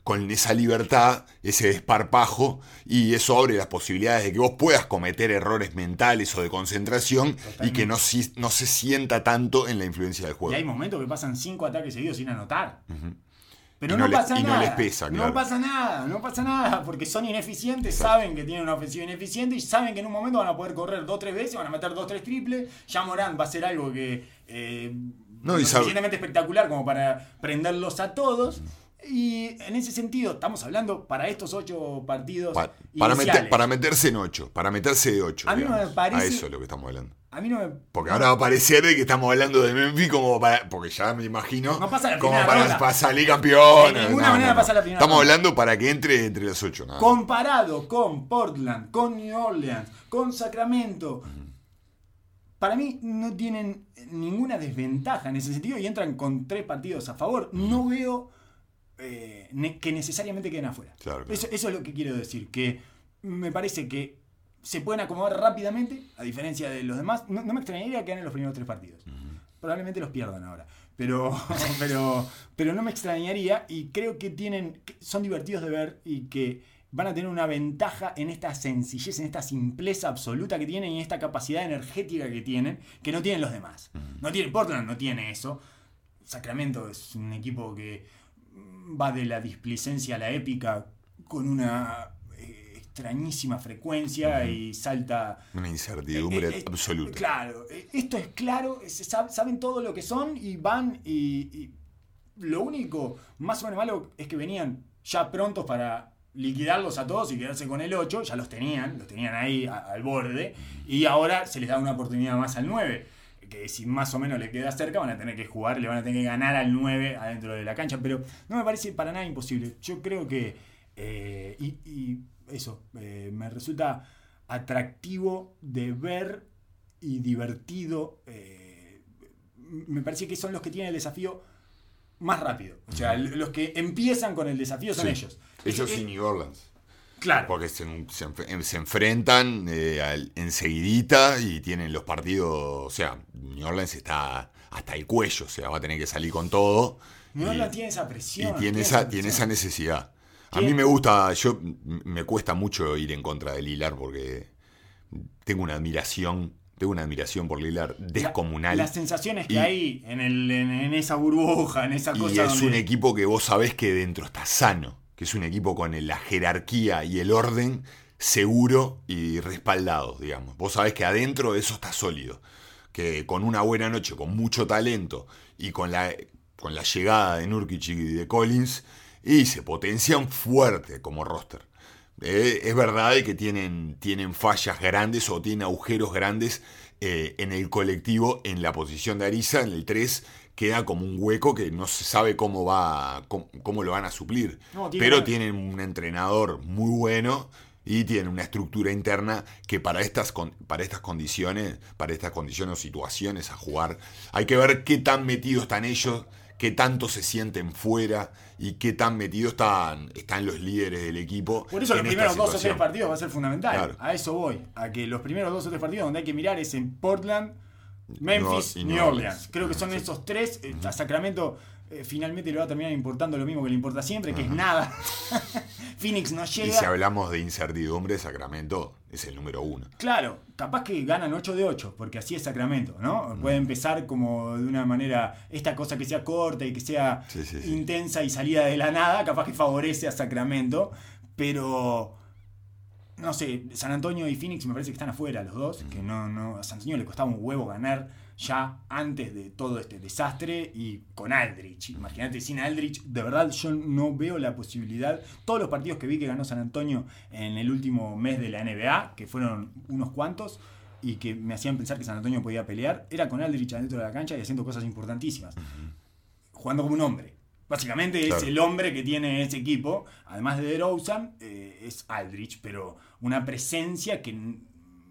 con esa libertad, ese desparpajo, y eso abre las posibilidades de que vos puedas cometer errores mentales o de concentración. Totalmente. Y que no, no se sienta tanto en la influencia del juego. Y hay momentos que pasan cinco ataques seguidos sin anotar. Uh-huh. Pero y no, no pasa les, nada. Y no les pesa, claro. No pasa nada, no pasa nada, porque son ineficientes, Exacto. saben que tienen una ofensiva ineficiente y saben que en un momento van a poder correr dos o tres veces, van a meter dos o tres triples. Ya Morant va a hacer algo que eh, no, es suficientemente espectacular como para prenderlos a todos. Y en ese sentido, estamos hablando para estos ocho partidos pa- para, meter, para meterse en ocho, para meterse de ocho. A mí digamos. no me parece... A eso es lo que estamos hablando. A mí no me... Porque ahora va a parecer de que estamos hablando de Memphis como para... Porque ya me imagino... No pasa la como primera para, ronda. para salir campeón. De ninguna no, manera no, no. pasa la primera Estamos ronda. hablando para que entre entre los ocho. Nada. Comparado con Portland, con New Orleans, con Sacramento... Uh-huh. Para mí no tienen ninguna desventaja en ese sentido y entran con tres partidos a favor. Uh-huh. No veo... Eh, ne- que necesariamente queden afuera. Claro, claro. Eso, eso es lo que quiero decir, que me parece que se pueden acomodar rápidamente, a diferencia de los demás. No, no me extrañaría que ganen los primeros tres partidos. Uh-huh. Probablemente los pierdan ahora, pero, pero, pero no me extrañaría y creo que tienen, que son divertidos de ver y que van a tener una ventaja en esta sencillez, en esta simpleza absoluta que tienen y en esta capacidad energética que tienen, que no tienen los demás. Uh-huh. No tiene, Portland no tiene eso. Sacramento es un equipo que va de la displicencia a la épica con una eh, extrañísima frecuencia uh-huh. y salta... Una incertidumbre eh, eh, absoluta. Claro, eh, esto es claro, es, saben todo lo que son y van y, y lo único más o menos malo es que venían ya prontos para liquidarlos a todos y quedarse con el ocho, ya los tenían, los tenían ahí a, al borde y ahora se les da una oportunidad más al nueve. Que si más o menos le queda cerca van a tener que jugar, le van a tener que ganar al nueve adentro de la cancha, pero no me parece para nada imposible. Yo creo que eh, y, y eso eh, me resulta atractivo de ver y divertido. Eh, me parece que son los que tienen el desafío más rápido, o sea, uh-huh. los que empiezan con el desafío son sí. ellos. Ellos es, y New Orleans. Claro. Porque se, se, se enfrentan eh, al, enseguidita y tienen los partidos, o sea, New Orleans está hasta el cuello, o sea, va a tener que salir con todo. New Orleans tiene esa presión. Y tiene, esa, esa tiene esa necesidad. A mí me gusta, yo me cuesta mucho ir en contra de Lillard porque tengo una admiración, tengo una admiración por Lillard descomunal. La, las sensaciones que y, hay en, el, en, en esa burbuja, en esa cosa. Y es donde... un equipo que vos sabés que dentro está sano. Que es un equipo con la jerarquía y el orden seguro y respaldado, digamos. Vos sabés que adentro eso está sólido, que con una buena noche, con mucho talento y con la, con la llegada de Nurkic y de Collins, y se potencian fuerte como roster. Eh, es verdad que tienen, tienen fallas grandes o tienen agujeros grandes eh, en el colectivo, en la posición de Ariza, en el tres, queda como un hueco que no se sabe cómo va cómo, cómo lo van a suplir. No, tiene pero que... tienen un entrenador muy bueno y tienen una estructura interna que para estas, para estas condiciones, para estas condiciones o situaciones a jugar, hay que ver qué tan metidos están ellos, qué tanto se sienten fuera y qué tan metidos están, están los líderes del equipo. Por eso los primeros dos o tres partidos va a ser fundamental. Claro. A eso voy, a que los primeros dos o tres partidos donde hay que mirar es en Portland, Memphis, no, New Orleans. Orleans. Creo que son sí. esos tres. Uh-huh. A Sacramento eh, finalmente le va a terminar importando lo mismo que le importa siempre, que uh-huh. es nada. Phoenix no llega. Y si hablamos de incertidumbre, Sacramento es el número uno. Claro, capaz que ganan ocho de ocho, porque así es Sacramento, ¿no? Uh-huh. Puede empezar como de una manera, esta cosa que sea corta y que sea sí, sí, sí. intensa y salida de la nada, capaz que favorece a Sacramento, pero... No sé, San Antonio y Phoenix me parece que están afuera los dos, que no, no, a San Antonio le costaba un huevo ganar ya antes de todo este desastre y con Aldridge. Imagínate, sin Aldridge, de verdad yo no veo la posibilidad. Todos los partidos que vi que ganó San Antonio en el último mes de la N B A, que fueron unos cuantos, y que me hacían pensar que San Antonio podía pelear, era con Aldridge adentro de la cancha y haciendo cosas importantísimas. Uh-huh. Jugando como un hombre. Básicamente claro. es el hombre que tiene ese equipo, además de DeRozan, eh, es Aldridge, pero una presencia que n-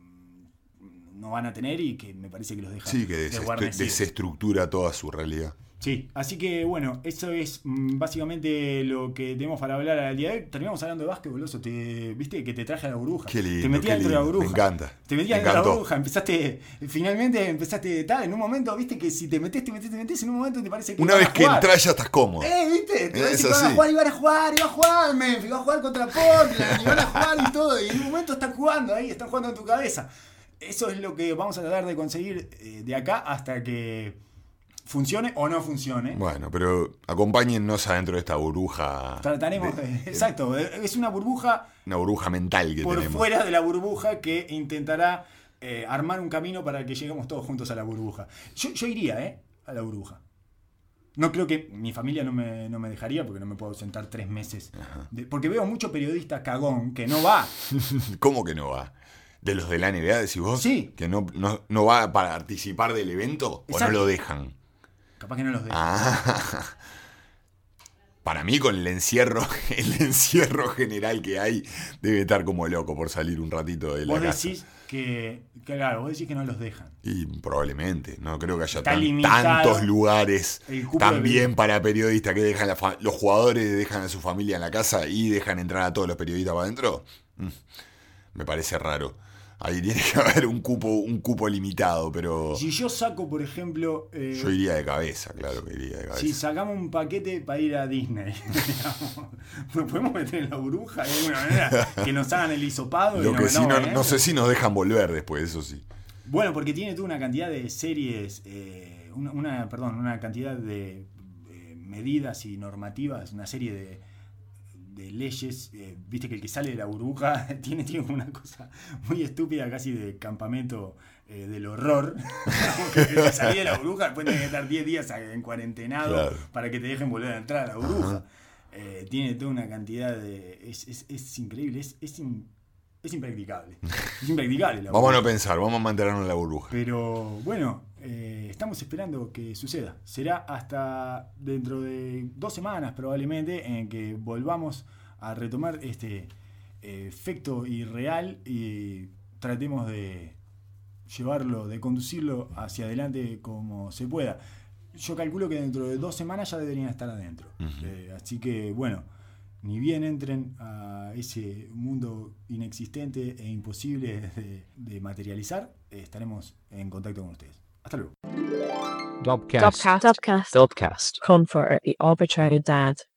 no van a tener y que me parece que los deja sí, que des- desestructura toda su realidad. Sí, así que bueno, eso es mm, básicamente lo que tenemos para hablar al día de hoy. Terminamos hablando de básquet, boludo. Te, ¿Viste que te traje a la burbuja? Qué lindo, te metí qué dentro de la lindo. burbuja. Me encanta. Te metí Me dentro de la encantó. burbuja. Empezaste, finalmente empezaste tal. En un momento, viste que si te metes, te metes, te metes, en un momento te parece que Una van vez a que jugar. entras ya estás cómodo. Eh, ¿viste? Te parece Es que van a así. jugar y van a jugar, y van a jugar, Memphis, y van a jugar contra Portland, y van a jugar y todo. Y en un momento están jugando ahí, están jugando en tu cabeza. Eso es lo que vamos a tratar de conseguir eh, de acá hasta que funcione o no funcione. Bueno, pero acompáñennos adentro de esta burbuja. Trataremos de- de, exacto, es una burbuja Una burbuja mental que por tenemos. fuera de la burbuja que intentará eh, armar un camino para que lleguemos todos juntos a la burbuja. Yo, yo iría, ¿eh? A la burbuja. No creo que mi familia no me, no me dejaría porque no me puedo ausentar tres meses. De- porque veo mucho periodista cagón que no va. ¿Cómo que no va? ¿De los de la N B A decís vos? Sí. ¿Que no, no, no va para participar del evento? ¿O Exacto. no lo dejan? Capaz que no los dejo. Ah. Para mí con el encierro, el encierro general que hay, debe estar como loco por salir un ratito de la Vos casa. decís que, que, claro, vos decís que no los dejan. Y probablemente, no creo que haya Está tan- limitado tantos lugares el cupo de también vida. para periodistas que dejan la fa- los jugadores dejan a su familia en la casa y dejan entrar a todos los periodistas para adentro. Mm, me parece raro. Ahí tiene que haber un cupo, un cupo limitado, pero Si yo saco, por ejemplo... eh, yo iría de cabeza, claro que iría de cabeza. Si sacamos un paquete para ir a Disney, digamos, ¿nos podemos meter en la burbuja de alguna manera? Que nos hagan el hisopado. y Lo nos que sí, metamos no, adentro. no sé si nos dejan volver después, eso sí. Bueno, porque tiene toda una cantidad de series, eh, una, una- perdón, una cantidad de eh, medidas y normativas, una serie de, de leyes. Eh, Viste que el que sale de la burbuja tiene, tiene como una cosa muy estúpida, casi de campamento eh, del horror. Como que el que salí de la burbuja después tiene que estar diez días en cuarentenado Claro. para que te dejen volver a entrar a la burbuja. Eh, tiene toda una cantidad de... Es, es, es increíble, es, es, in- es impracticable. Es impracticable la Vamos a burbuja. no pensar, vamos a mantenernos en la burbuja. Pero bueno, eh, estamos esperando que suceda. Será hasta dentro de dos semanas probablemente en que volvamos a retomar este eh, efecto irreal y tratemos de llevarlo, de conducirlo hacia adelante como se pueda. Yo calculo que dentro de dos semanas ya deberían estar adentro. Ujú. Eh, así que bueno, ni bien entren a ese mundo inexistente e imposible de, de materializar, eh, estaremos en contacto con ustedes. Hasta luego. Dubcast. Dubcast. Dubcast. Dubcast. Con for the arbitrary dad.